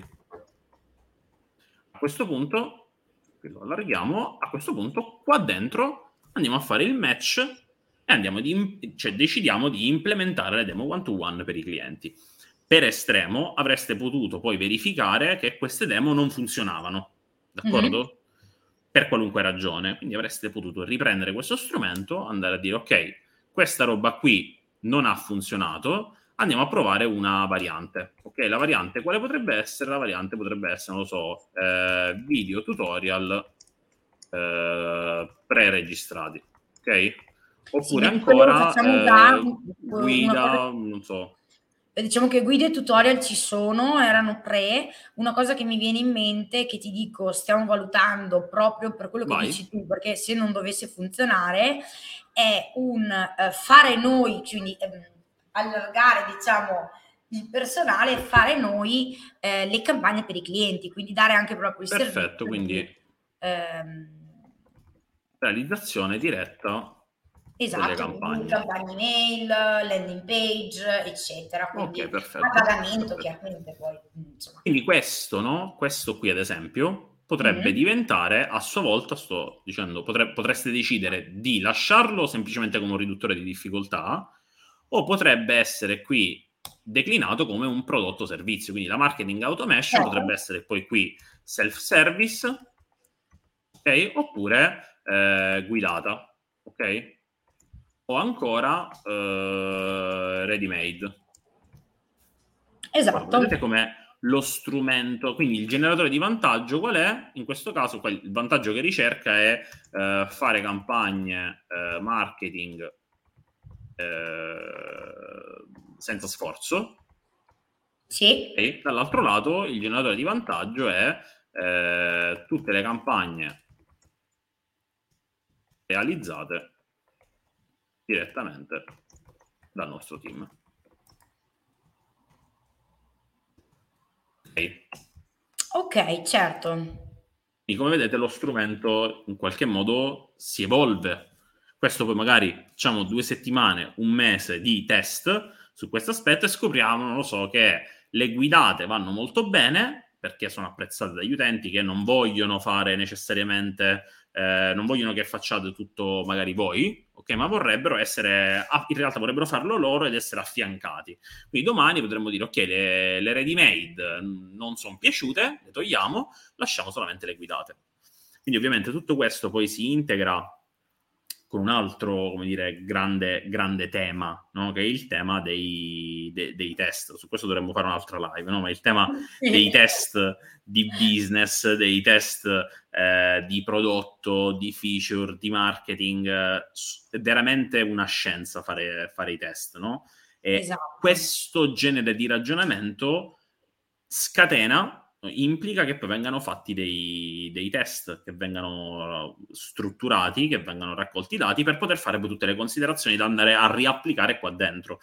A questo punto, lo allarghiamo, a questo punto qua dentro andiamo a fare il match e andiamo di, cioè decidiamo di implementare le demo one to one per i clienti. Per estremo avreste potuto poi verificare che queste demo non funzionavano, d'accordo? Mm-hmm. Per qualunque ragione. Quindi avreste potuto riprendere questo strumento, andare a dire ok, questa roba qui non ha funzionato, andiamo a provare una variante. Ok, la variante quale potrebbe essere? La variante potrebbe essere, non lo so, eh, video tutorial eh, pre-registrati, ok? Oppure sì, ancora da, eh, guida, cosa... non so. Diciamo che guide e tutorial ci sono, erano pre. Una cosa che mi viene in mente, che ti dico, stiamo valutando proprio per quello che Vai. dici tu, perché se non dovesse funzionare, è un uh, fare noi, quindi um, allargare, diciamo, il personale, fare noi eh, le campagne per i clienti, quindi dare anche proprio il Perfetto, servizio quindi di, ehm, realizzazione diretta esatto, delle campagne. campagne mail, landing page, eccetera. Quindi ok, perfetto. a pagamento, chiaramente poi. Insomma. Quindi questo, no? Questo qui, ad esempio, potrebbe mm-hmm. diventare, a sua volta, sto dicendo, potre, potreste decidere di lasciarlo semplicemente come un riduttore di difficoltà, o potrebbe essere qui declinato come un prodotto servizio. Quindi la marketing automation certo. potrebbe essere poi qui self-service, ok? Oppure eh, guidata, ok? O ancora eh, ready-made. Esatto. Guarda, vedete com'è lo strumento, quindi il generatore di vantaggio qual è? In questo caso il vantaggio che ricerca è eh, fare campagne eh, marketing eh, senza sforzo. Sì. E dall'altro lato il generatore di vantaggio è eh, tutte le campagne realizzate direttamente dal nostro team. Ok, okay, certo. E come vedete lo strumento in qualche modo si evolve. Questo poi magari facciamo due settimane, un mese di test su questo aspetto e scopriamo, non lo so, che le guidate vanno molto bene perché sono apprezzate dagli utenti che non vogliono fare necessariamente, eh, non vogliono che facciate tutto magari voi, ok, ma vorrebbero essere, in realtà vorrebbero farlo loro ed essere affiancati. Quindi domani potremmo dire, ok, le, le ready-made non sono piaciute, le togliamo, lasciamo solamente le guidate. Quindi ovviamente tutto questo poi si integra con un altro, come dire, grande, grande tema, no? Che è il tema dei, de, dei test. Su questo dovremmo fare un'altra live, no? Ma il tema dei test di business, dei test eh, di prodotto, di feature, di marketing, eh, è veramente una scienza fare, fare i test, no? E esatto. Questo genere di ragionamento scatena, implica che poi vengano fatti dei, dei test, che vengano strutturati, che vengano raccolti i dati per poter fare poi tutte le considerazioni da andare a riapplicare qua dentro.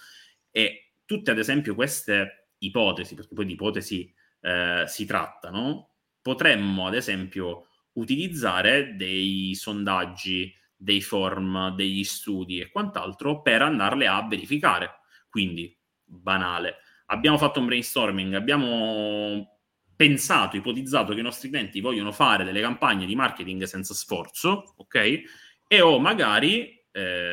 E tutte, ad esempio, queste ipotesi, perché poi di ipotesi eh, si tratta, no? Potremmo, ad esempio, utilizzare dei sondaggi, dei form, degli studi e quant'altro per andarle a verificare. Quindi, banale. Abbiamo fatto un brainstorming, abbiamo pensato, ipotizzato che i nostri clienti vogliono fare delle campagne di marketing senza sforzo, ok? E o magari,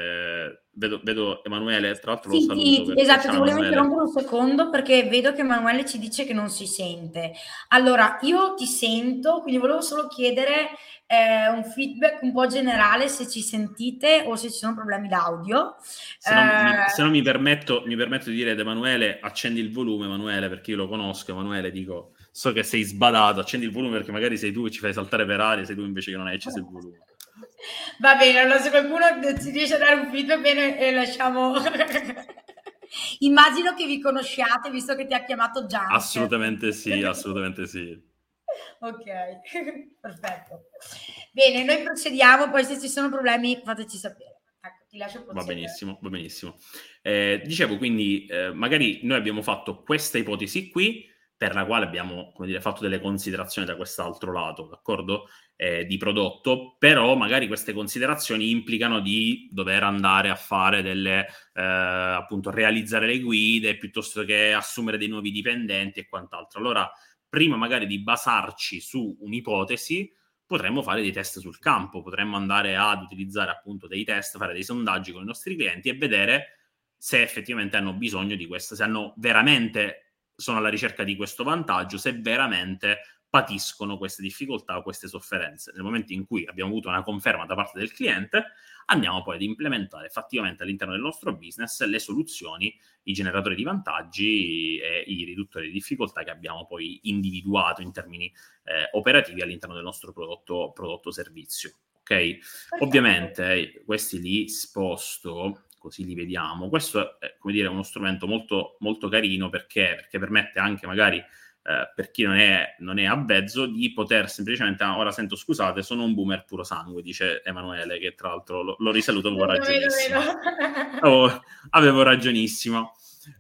eh, vedo, vedo Emanuele, tra l'altro sì, lo saluto. Sì, esatto, ti volevo interrompere un secondo perché vedo che Emanuele ci dice che non si sente. Allora, io ti sento, quindi volevo solo chiedere eh, un feedback un po' generale se ci sentite o se ci sono problemi d'audio. Se no, eh... mi, se no mi, permetto, mi permetto di dire ad Emanuele, accendi il volume, Emanuele, perché io lo conosco, Emanuele, dico, so che sei sbadato, accendi il volume perché magari sei tu che ci fai saltare per aria, sei tu invece che non hai acceso il volume. Va bene, allora se qualcuno ci riesce a dare un feedback, bene, eh, lasciamo... Immagino che vi conosciate, visto che ti ha chiamato Gianni. Assolutamente sì, assolutamente sì. Ok, perfetto. Bene, noi procediamo, poi se ci sono problemi fateci sapere. Ecco, ti lascio procedere. Va benissimo, va benissimo. Eh, dicevo, quindi, eh, magari noi abbiamo fatto questa ipotesi qui, per la quale abbiamo, come dire, fatto delle considerazioni da quest'altro lato, d'accordo? Eh, di prodotto, però magari queste considerazioni implicano di dover andare a fare delle, eh, appunto, realizzare le guide piuttosto che assumere dei nuovi dipendenti e quant'altro. Allora, prima magari di basarci su un'ipotesi, potremmo fare dei test sul campo, potremmo andare ad utilizzare appunto dei test, fare dei sondaggi con i nostri clienti e vedere se effettivamente hanno bisogno di questo, se hanno veramente sono alla ricerca di questo vantaggio, se veramente patiscono queste difficoltà o queste sofferenze. Nel momento in cui abbiamo avuto una conferma da parte del cliente, andiamo poi ad implementare effettivamente all'interno del nostro business le soluzioni, i generatori di vantaggi e i riduttori di difficoltà che abbiamo poi individuato in termini eh, operativi all'interno del nostro prodotto, prodotto servizio. Ok? Perfetto. Ovviamente questi li sposto, così li vediamo. Questo è, come dire, uno strumento molto, molto carino perché, perché permette anche magari eh, per chi non è, non è avvezzo di poter semplicemente, ah, ora sento scusate, sono un boomer puro sangue, dice Emanuele, che tra l'altro lo, lo risaluto, avevo ragionissimo. Avevo, avevo ragionissimo.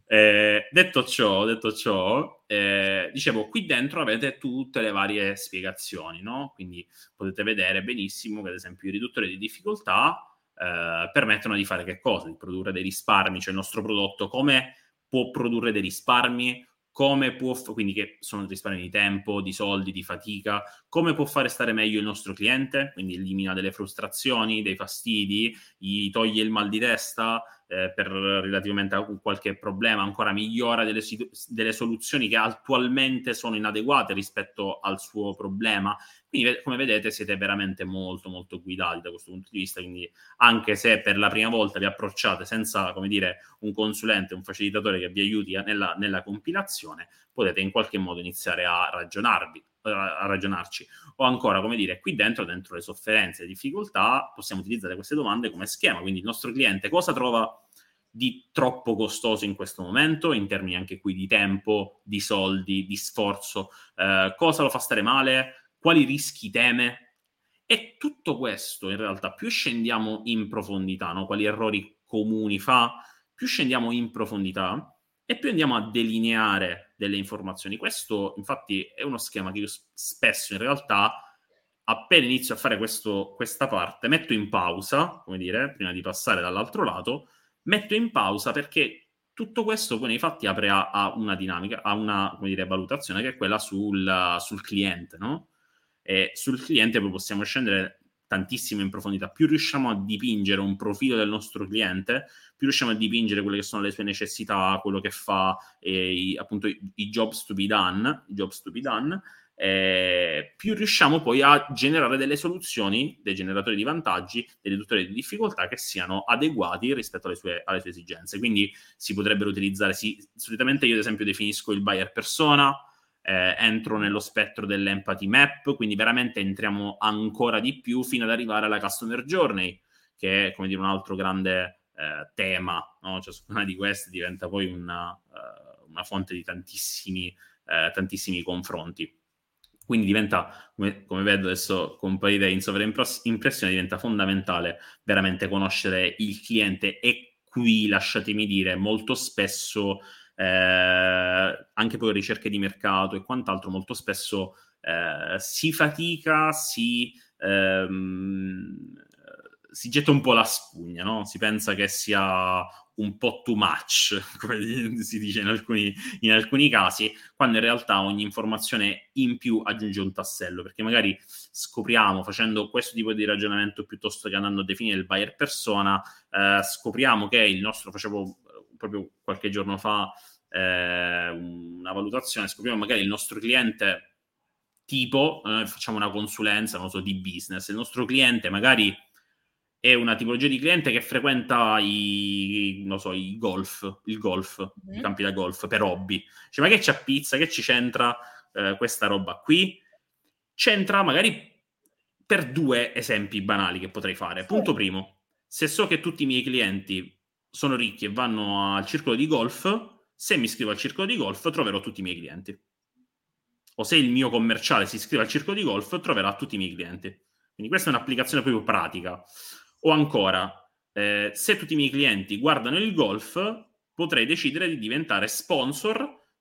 Eh, detto ciò, detto ciò eh, dicevo, qui dentro avete tutte le varie spiegazioni, no? Quindi potete vedere benissimo che ad esempio i riduttori di difficoltà eh, permettono di fare che cosa? Di produrre dei risparmi, cioè il nostro prodotto come può produrre dei risparmi, come può, f- quindi che sono risparmi di tempo, di soldi, di fatica, come può fare stare meglio il nostro cliente, quindi elimina delle frustrazioni, dei fastidi, gli toglie il mal di testa, eh, per relativamente a qualche problema, ancora migliora delle, situ- delle soluzioni che attualmente sono inadeguate rispetto al suo problema. Quindi, come vedete, siete veramente molto, molto guidati da questo punto di vista, quindi anche se per la prima volta vi approcciate senza, come dire, un consulente, un facilitatore che vi aiuti nella, nella compilazione, potete in qualche modo iniziare a ragionarvi, a ragionarci. O ancora, come dire, qui dentro, dentro le sofferenze, le difficoltà, possiamo utilizzare queste domande come schema. Quindi il nostro cliente cosa trova di troppo costoso in questo momento, in termini anche qui di tempo, di soldi, di sforzo, eh, cosa lo fa stare male, quali rischi teme. E tutto questo, in realtà, più scendiamo in profondità, no? Quali errori comuni fa, più scendiamo in profondità e più andiamo a delineare delle informazioni. Questo, infatti, è uno schema che io spesso, in realtà, appena inizio a fare questo, questa parte, metto in pausa, come dire, prima di passare dall'altro lato, metto in pausa perché tutto questo poi nei fatti apre a, a una dinamica, a una, come dire, valutazione che è quella sul, sul cliente, no? E sul cliente poi possiamo scendere tantissimo in profondità. Più riusciamo a dipingere un profilo del nostro cliente, più riusciamo a dipingere quelle che sono le sue necessità, quello che fa, eh, i, appunto i, i jobs to be done, i jobs to be done, eh, più riusciamo poi a generare delle soluzioni, dei generatori di vantaggi, dei riduttori di difficoltà che siano adeguati rispetto alle sue, alle sue esigenze. Quindi si potrebbero utilizzare, sì, solitamente io ad esempio definisco il buyer persona, eh, entro nello spettro dell'empathy map, quindi veramente entriamo ancora di più fino ad arrivare alla customer journey, che è, come dire, un altro grande eh, tema, no? Ciascuna di queste diventa poi una, uh, una fonte di tantissimi, eh, tantissimi confronti. Quindi diventa, come, come vedo adesso comparire in sovraimpressione, diventa fondamentale veramente conoscere il cliente e qui, lasciatemi dire, molto spesso eh, anche poi ricerche di mercato e quant'altro, molto spesso eh, si fatica, si, ehm, si getta un po' la spugna, no? Si pensa che sia un po' too much, come si dice in alcuni, in alcuni casi, quando in realtà ogni informazione in più aggiunge un tassello, perché magari scopriamo, facendo questo tipo di ragionamento piuttosto che andando a definire il buyer persona, eh, scopriamo che il nostro, facevo proprio qualche giorno fa eh, una valutazione, scopriamo magari il nostro cliente tipo, eh, facciamo una consulenza, non so, di business, il nostro cliente magari è una tipologia di cliente che frequenta i, non so, i golf, il golf, mm-hmm. i campi da golf per hobby. Cioè, ma che c'ha pizza, che ci c'entra eh, questa roba qui? C'entra magari per due esempi banali che potrei fare. Sì. Punto primo, se so che tutti i miei clienti sono ricchi e vanno al circolo di golf, se mi iscrivo al circolo di golf troverò tutti i miei clienti. O se il mio commerciale si iscrive al circolo di golf, troverà tutti i miei clienti. Quindi questa è un'applicazione proprio pratica. O ancora, eh, se tutti i miei clienti guardano il golf, potrei decidere di diventare sponsor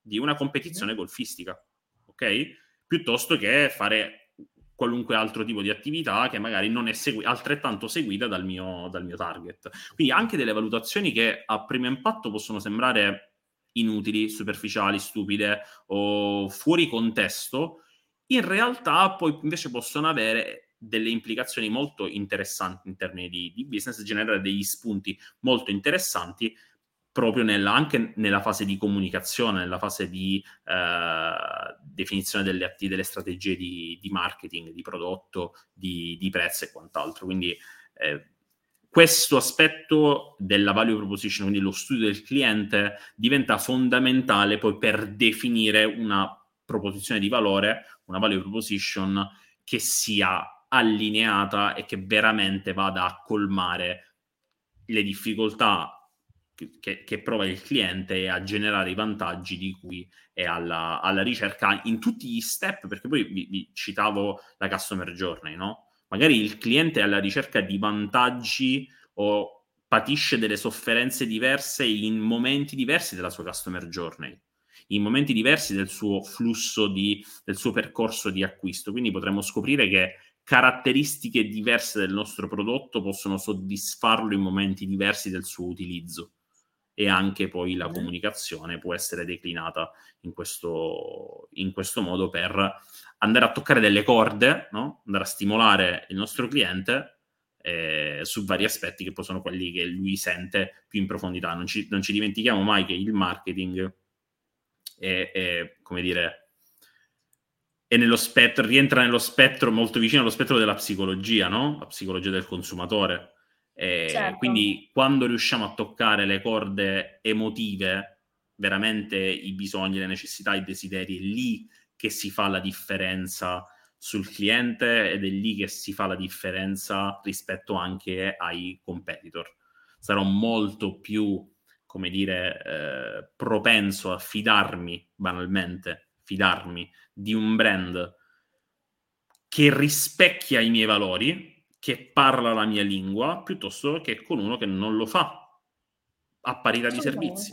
di una competizione golfistica, ok? Piuttosto che fare qualunque altro tipo di attività che magari non è segui- altrettanto seguita dal mio, dal mio target. Quindi anche delle valutazioni che a primo impatto possono sembrare inutili, superficiali, stupide o fuori contesto, in realtà poi invece possono avere delle implicazioni molto interessanti in termini di, di business, generare degli spunti molto interessanti proprio nella, anche nella fase di comunicazione, nella fase di eh, definizione delle, atti, delle strategie di, di marketing, di prodotto, di, di prezzo e quant'altro. Quindi eh, questo aspetto della value proposition, quindi lo studio del cliente, diventa fondamentale poi per definire una proposizione di valore, una value proposition che sia allineata e che veramente vada a colmare le difficoltà che, che prova il cliente e a generare i vantaggi di cui è alla, alla ricerca in tutti gli step, perché poi vi, vi citavo la customer journey, no? Magari il cliente è alla ricerca di vantaggi o patisce delle sofferenze diverse in momenti diversi della sua customer journey, in momenti diversi del suo flusso di, del suo percorso di acquisto. Quindi potremmo scoprire che caratteristiche diverse del nostro prodotto possono soddisfarlo in momenti diversi del suo utilizzo, e anche poi la comunicazione può essere declinata in questo, in questo modo per andare a toccare delle corde, no? Andare a stimolare il nostro cliente eh, su vari aspetti che poi sono quelli che lui sente più in profondità. Non ci, non ci dimentichiamo mai che il marketing è, è come dire, è nello spettro, rientra nello spettro molto vicino allo spettro della psicologia, no? La psicologia del consumatore. Eh, Certo. quindi quando riusciamo a toccare le corde emotive, veramente i bisogni, le necessità, i desideri, è lì che si fa la differenza sul cliente ed è lì che si fa la differenza rispetto anche ai competitor. Sarò molto più, come dire, eh, propenso a fidarmi, banalmente, fidarmi di un brand che rispecchia i miei valori, che parla la mia lingua, piuttosto che con uno che non lo fa a parità di servizi.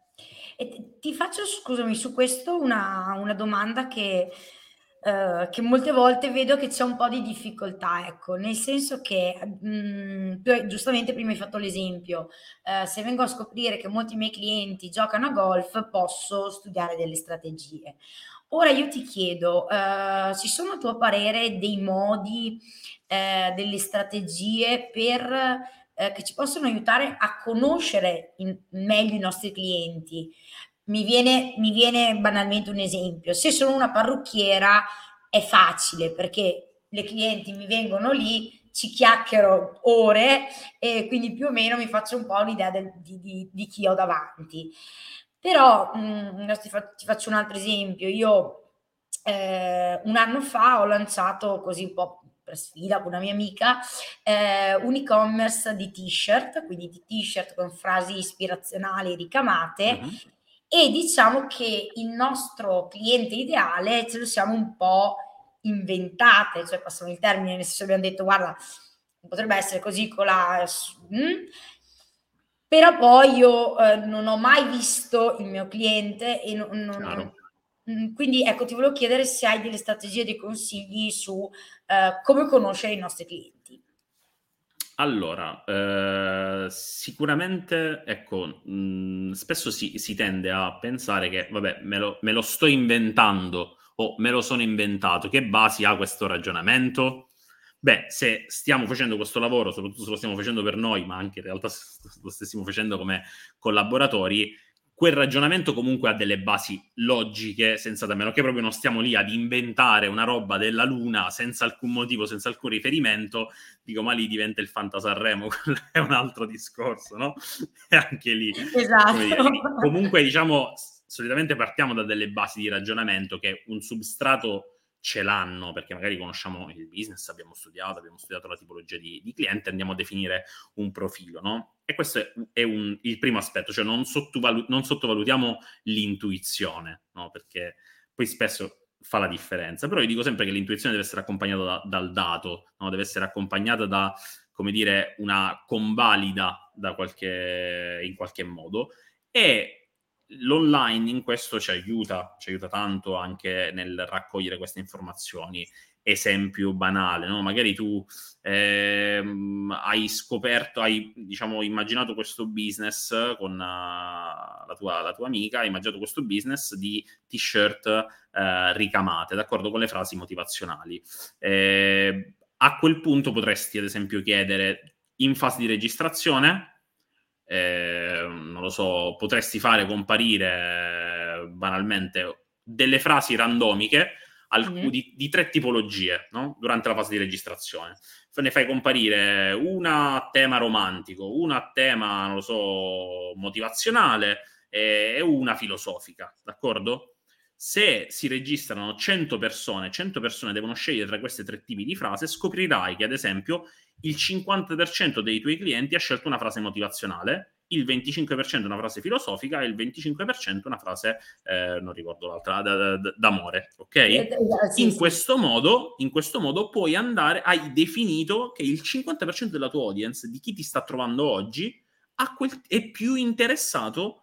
E ti, ti faccio, scusami, su questo una, una domanda che, eh, che molte volte vedo che c'è un po' di difficoltà, ecco, nel senso che mh, tu hai- giustamente prima hai fatto l'esempio, eh, se vengo a scoprire che molti miei clienti giocano a golf, posso studiare delle strategie. Ora io ti chiedo, eh, ci sono a tuo parere dei modi, eh, delle strategie per eh, che ci possono aiutare a conoscere in- meglio i nostri clienti? Mi viene, mi viene banalmente un esempio: se sono una parrucchiera è facile perché le clienti mi vengono lì, ci chiacchiero ore e quindi più o meno mi faccio un po' un'idea del- di, di- di chi ho davanti. Però mh, adesso ti, fa- ti faccio un altro esempio. Io eh, un anno fa ho lanciato così un po' per sfida con una mia amica eh, un e-commerce di t-shirt, quindi di t-shirt con frasi ispirazionali ricamate. Mm-hmm. E diciamo che il nostro cliente ideale ce lo siamo un po' inventate, cioè passiamo il termine, nel senso abbiamo detto guarda, potrebbe essere così con la... Mm? Però poi io eh, non ho mai visto il mio cliente e non, non, mm, quindi ecco ti volevo chiedere se hai delle strategie, dei consigli su eh, come conoscere i nostri clienti. Allora, eh, sicuramente, ecco, mh, spesso si, si tende a pensare che, vabbè, me lo, me lo sto inventando o me lo sono inventato, che basi ha questo ragionamento? Beh, se stiamo facendo questo lavoro, soprattutto se lo stiamo facendo per noi, ma anche in realtà se lo stessimo facendo come collaboratori, quel ragionamento comunque ha delle basi logiche, sensate, a meno che proprio non stiamo lì ad inventare una roba della Luna senza alcun motivo, senza alcun riferimento, dico, ma lì diventa il Fantasarremo, quello è un altro discorso, no? E anche lì, come dire, Esatto. comunque diciamo, solitamente partiamo da delle basi di ragionamento che un substrato ce l'hanno, perché magari conosciamo il business, abbiamo studiato, abbiamo studiato la tipologia di, di cliente, andiamo a definire un profilo, no? E questo è, è un, il primo aspetto, cioè non, sottovalu- non sottovalutiamo l'intuizione, no? Perché poi spesso fa la differenza, però io dico sempre che l'intuizione deve essere accompagnata da, dal dato, no? Deve essere accompagnata da, come dire, una convalida da qualche, in qualche modo, e l'online in questo ci aiuta, ci aiuta tanto anche nel raccogliere queste informazioni. Esempio banale, no? Magari tu ehm, hai scoperto, hai diciamo immaginato questo business con uh, la, tua, la tua amica, hai immaginato questo business di t-shirt uh, ricamate, d'accordo, con le frasi motivazionali. Eh, a quel punto potresti ad esempio chiedere in fase di registrazione, eh, non lo so, potresti fare comparire eh, banalmente delle frasi randomiche Alc- Mhm. di, di tre tipologie, no? Durante la fase di registrazione. Ne fai comparire una a tema romantico, una a tema, non lo so, motivazionale e, e una filosofica, d'accordo? Se si registrano cento persone, cento persone devono scegliere tra questi tre tipi di frase, scoprirai che ad esempio il cinquanta per cento dei tuoi clienti ha scelto una frase motivazionale, il venticinque per cento una frase filosofica e il venticinque per cento una frase, eh, non ricordo l'altra, d- d- d'amore, ok? Eh, sì, In sì. questo modo, in questo modo puoi andare, hai definito che il cinquanta per cento della tua audience, di chi ti sta trovando oggi, ha quel, è più interessato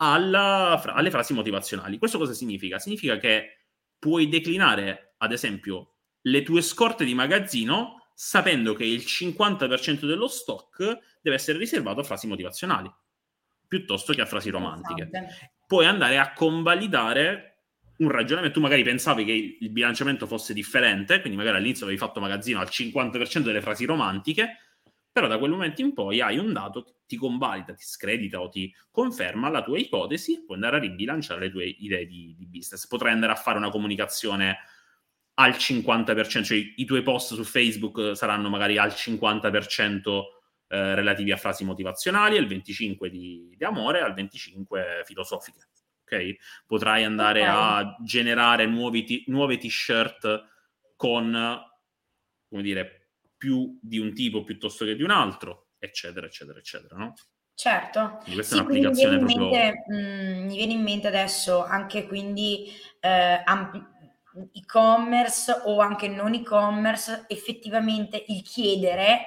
alla, fra- alle frasi motivazionali. Questo cosa significa? Significa che puoi declinare, ad esempio, le tue scorte di magazzino sapendo che il cinquanta per cento dello stock deve essere riservato a frasi motivazionali piuttosto che a frasi romantiche. Interessante. Puoi andare a convalidare un ragionamento. Tu magari pensavi che il bilanciamento fosse differente, quindi magari all'inizio avevi fatto magazzino al cinquanta per cento delle frasi romantiche, però da quel momento in poi hai un dato che ti convalida, ti scredita o ti conferma la tua ipotesi, puoi andare a ribilanciare le tue idee di, di business. Potrai andare a fare una comunicazione al cinquanta per cento, cioè i tuoi post su Facebook saranno magari al cinquanta per cento eh, relativi a frasi motivazionali, al venticinque per cento di, di amore, al venticinque per cento filosofiche. Ok? Potrai andare Ok. a generare nuovi t- nuove t-shirt con, come dire, più di un tipo piuttosto che di un altro, eccetera, eccetera, eccetera, no? Certo, Quindi questa è sì, quindi mi viene un'applicazione in proprio... mente, mh, mi viene in mente adesso anche quindi eh, ampli- e-commerce o anche non e-commerce, effettivamente il chiedere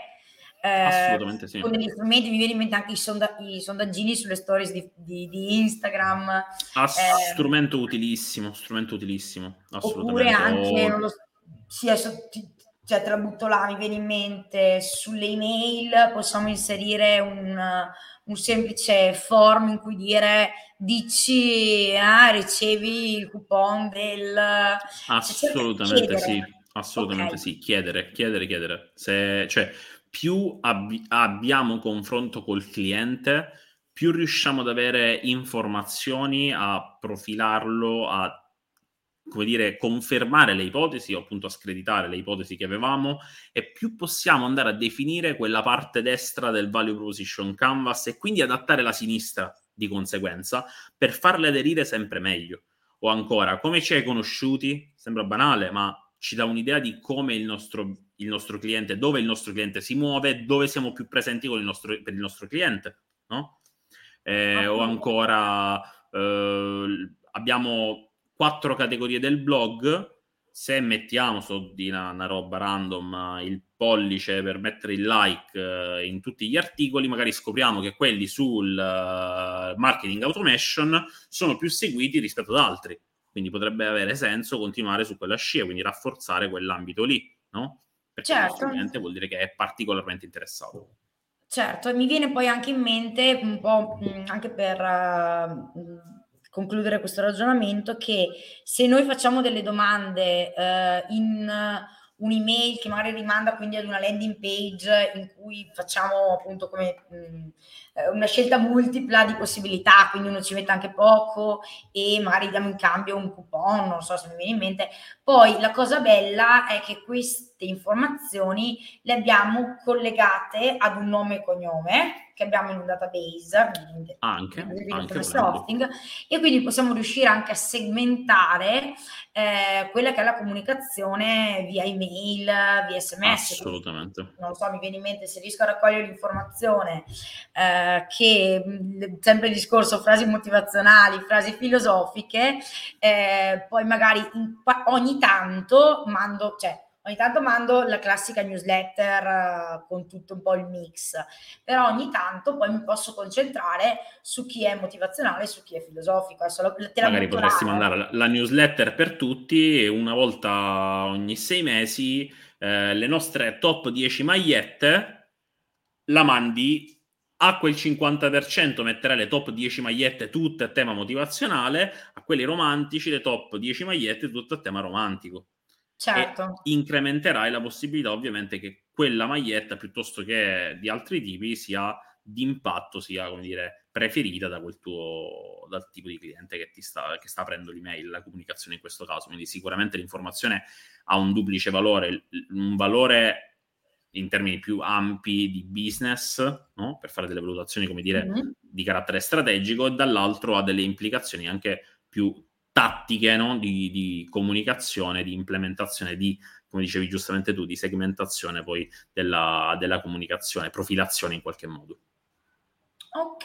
eh, Assolutamente sì. con degli strumenti, mi viene in mente anche i, sonda- i sondaggini sulle stories di, di- di Instagram, Ah, eh, strumento utilissimo, strumento utilissimo, oppure assolutamente. anche, non O lo so, sì, adesso ti- cioè te la butto là, mi viene in mente, sulle email possiamo inserire un, un semplice form in cui dire dici, ah, ricevi il coupon del... cioè cerca di assolutamente sì, chiedere. assolutamente Ok, sì, chiedere, chiedere, chiedere. Se, cioè, più abbi- abbiamo confronto col cliente, più riusciamo ad avere informazioni, a profilarlo, a, come dire, confermare le ipotesi o appunto a screditare le ipotesi che avevamo, e più possiamo andare a definire quella parte destra del value proposition canvas e quindi adattare la sinistra di conseguenza per farle aderire sempre meglio. O ancora, come ci hai conosciuti? Sembra banale, ma ci dà un'idea di come il nostro, il nostro cliente, dove il nostro cliente si muove, dove siamo più presenti con il nostro, per il nostro cliente, no? Eh, o assolutamente. ancora, eh, abbiamo quattro categorie del blog. Se mettiamo, so di una, una roba random, il pollice per mettere il like eh, in tutti gli articoli, magari scopriamo che quelli sul uh, marketing automation sono più seguiti rispetto ad altri. Quindi potrebbe avere senso continuare su quella scia, quindi rafforzare quell'ambito lì, no? Perché il nostro Certo. cliente vuol dire che è particolarmente interessato. Certo, e mi viene poi anche in mente un po', mhmm, anche per, mhmm, concludere questo ragionamento, che se noi facciamo delle domande, ehm, in un'email che magari rimanda quindi ad una landing page in cui facciamo appunto come, mhmm, ehm, una scelta multipla di possibilità, quindi uno ci mette anche poco e magari diamo in cambio un coupon, non so se mi viene in mente. Poi la cosa bella è che queste informazioni le abbiamo collegate ad un nome e cognome che abbiamo in un database, Anche, anche come volendo. Softing, e quindi possiamo riuscire anche a segmentare eh, quella che è la comunicazione via email, via sms. Quindi, Assolutamente. non lo so, mi viene in mente se riesco a raccogliere l'informazione eh, che sempre il discorso frasi motivazionali, frasi filosofiche, eh, poi magari in, ogni tanto mando, cioè ogni tanto mando la classica newsletter uh, con tutto un po' il mix, però ogni tanto poi mi posso concentrare su chi è motivazionale, su chi è filosofico. Adesso te la Magari potresti là, mandare la, la newsletter per tutti e una volta ogni sei mesi eh, le nostre top dieci magliette la mandi a quel cinquanta per cento, metterai le top dieci magliette tutte a tema motivazionale, a quelli romantici le top dieci magliette tutte a tema romantico. certo. E incrementerai la possibilità ovviamente che quella maglietta piuttosto che di altri tipi sia d'impatto, sia, come dire, preferita da quel tuo, dal tipo di cliente che ti sta, che sta aprendo l'email, la comunicazione in questo caso. Quindi sicuramente l'informazione ha un duplice valore, un valore in termini più ampi di business, no? Per fare delle valutazioni, come dire, mm-hmm. di carattere strategico, e dall'altro ha delle implicazioni anche più tattiche, no? di, di comunicazione, di implementazione, di, come dicevi giustamente tu, di segmentazione poi della, della comunicazione, profilazione in qualche modo. Ok.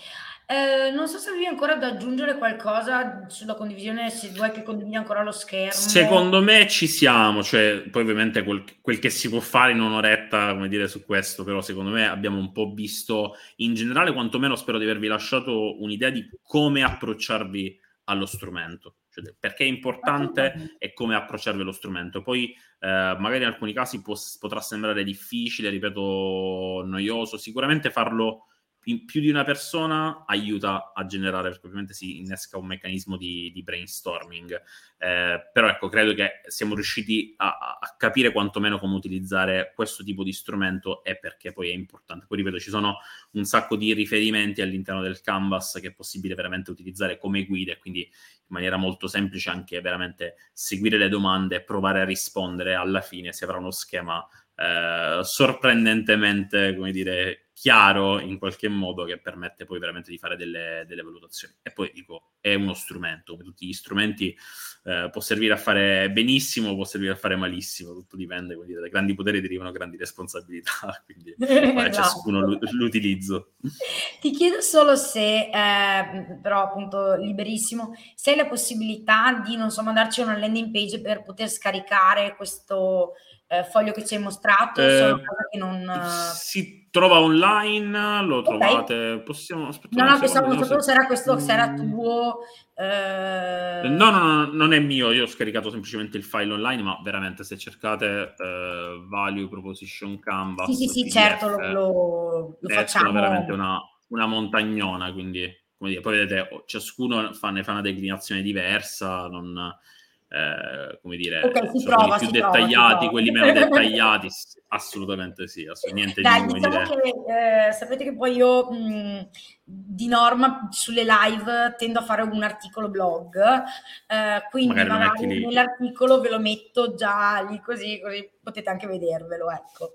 Eh, non so se avevi ancora da aggiungere qualcosa sulla condivisione, se vuoi che condivida ancora lo schermo. Secondo me ci siamo, cioè poi ovviamente quel, quel che si può fare in un'oretta, come dire, su questo, però secondo me abbiamo un po' visto in generale, quantomeno spero di avervi lasciato un'idea di come approcciarvi allo strumento, cioè perché è importante e come approcciarvi allo strumento. Poi eh, magari in alcuni casi può, potrà sembrare difficile, ripeto, noioso, sicuramente farlo in più di una persona aiuta a generare, perché ovviamente si innesca un meccanismo di, di brainstorming, eh, però ecco, credo che siamo riusciti a, a capire quantomeno come utilizzare questo tipo di strumento e perché poi è importante. Poi ripeto, ci sono un sacco di riferimenti all'interno del Canvas che è possibile veramente utilizzare come guida, e quindi in maniera molto semplice anche veramente seguire le domande e provare a rispondere. Alla fine si avrà uno schema eh, sorprendentemente, come dire, chiaro in qualche modo, che permette poi veramente di fare delle, delle valutazioni. E poi dico, è uno strumento, come tutti gli strumenti, eh, può servire a fare benissimo, può servire a fare malissimo, tutto dipende, come dire, dai grandi poteri derivano grandi responsabilità, quindi poi a ciascuno l- l'utilizzo. Ti chiedo solo se, eh, però appunto liberissimo, se hai la possibilità di, non so, mandarci una landing page per poter scaricare questo eh, foglio che ci hai mostrato, eh, sono cose che non... Si trova online, lo okay. Trovate, possiamo... No, no, pensavo, non sapevo se era questo, se era tuo... Eh... No, no, no, non è mio, io ho scaricato semplicemente il file online, ma veramente se cercate eh, Value Proposition Canvas, sì, sì, sì, P D F, certo, lo, lo, lo facciamo. veramente una, una montagnona, quindi, come dire, poi vedete, ciascuno fa, ne fa una declinazione diversa, non... Eh, come dire, okay, si sono prova, quelli più si dettagliati, prova, quelli meno dettagliati, assolutamente sì, assolut- niente Dai, di, come diciamo dire... che eh, sapete che poi io mh, di norma sulle live tendo a fare un articolo blog, eh, quindi magari, magari nell'articolo ve lo metto già lì così, così potete anche vedervelo, ecco.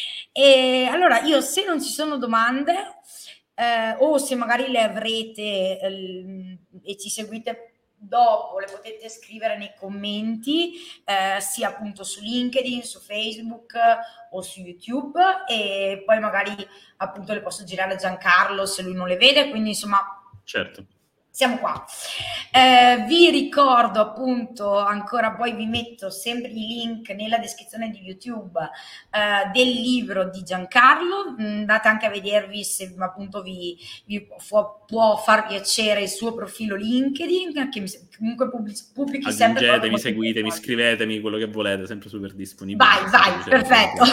E allora io, se non ci sono domande, eh, o se magari le avrete eh, e ci seguite dopo, le potete scrivere nei commenti, eh, sia appunto su LinkedIn, su Facebook o su YouTube, e poi magari appunto le posso girare a Giancarlo se lui non le vede, quindi insomma certo. Siamo qua. Eh, vi ricordo appunto ancora, poi vi metto sempre i link nella descrizione di YouTube eh, del libro di Giancarlo, andate anche a vedervi se appunto vi, vi può, può far piacere il suo profilo LinkedIn, che comunque pubblici, pubblichi sempre. Aggiungetemi, seguitemi, scrivetemi, quello che volete, sempre super disponibile. Vai, vai, perfetto.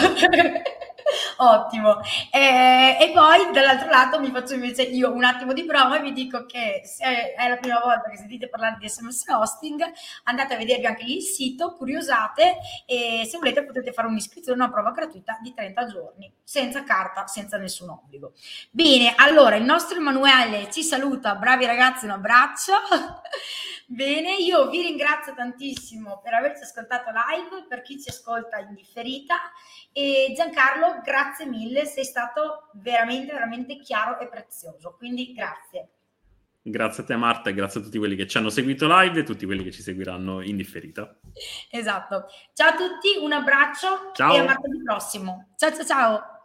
Ottimo. Eh, e poi dall'altro lato mi faccio invece io un attimo di promo e vi dico che se è la prima volta che sentite parlare di S M S hosting, andate a vedervi anche lì il sito, curiosate, e se volete potete fare un'iscrizione, una prova gratuita di trenta giorni, senza carta, senza nessun obbligo. Bene, allora il nostro Emanuele ci saluta, bravi ragazzi, un abbraccio. Bene, io vi ringrazio tantissimo per averci ascoltato live, per chi ci ascolta in differita, e Giancarlo, grazie mille, sei stato veramente, veramente chiaro e prezioso, quindi grazie. Grazie a te Marta e grazie a tutti quelli che ci hanno seguito live e tutti quelli che ci seguiranno in differita. Esatto. Ciao a tutti, un abbraccio. Ciao. E a martedì prossimo. Ciao ciao ciao.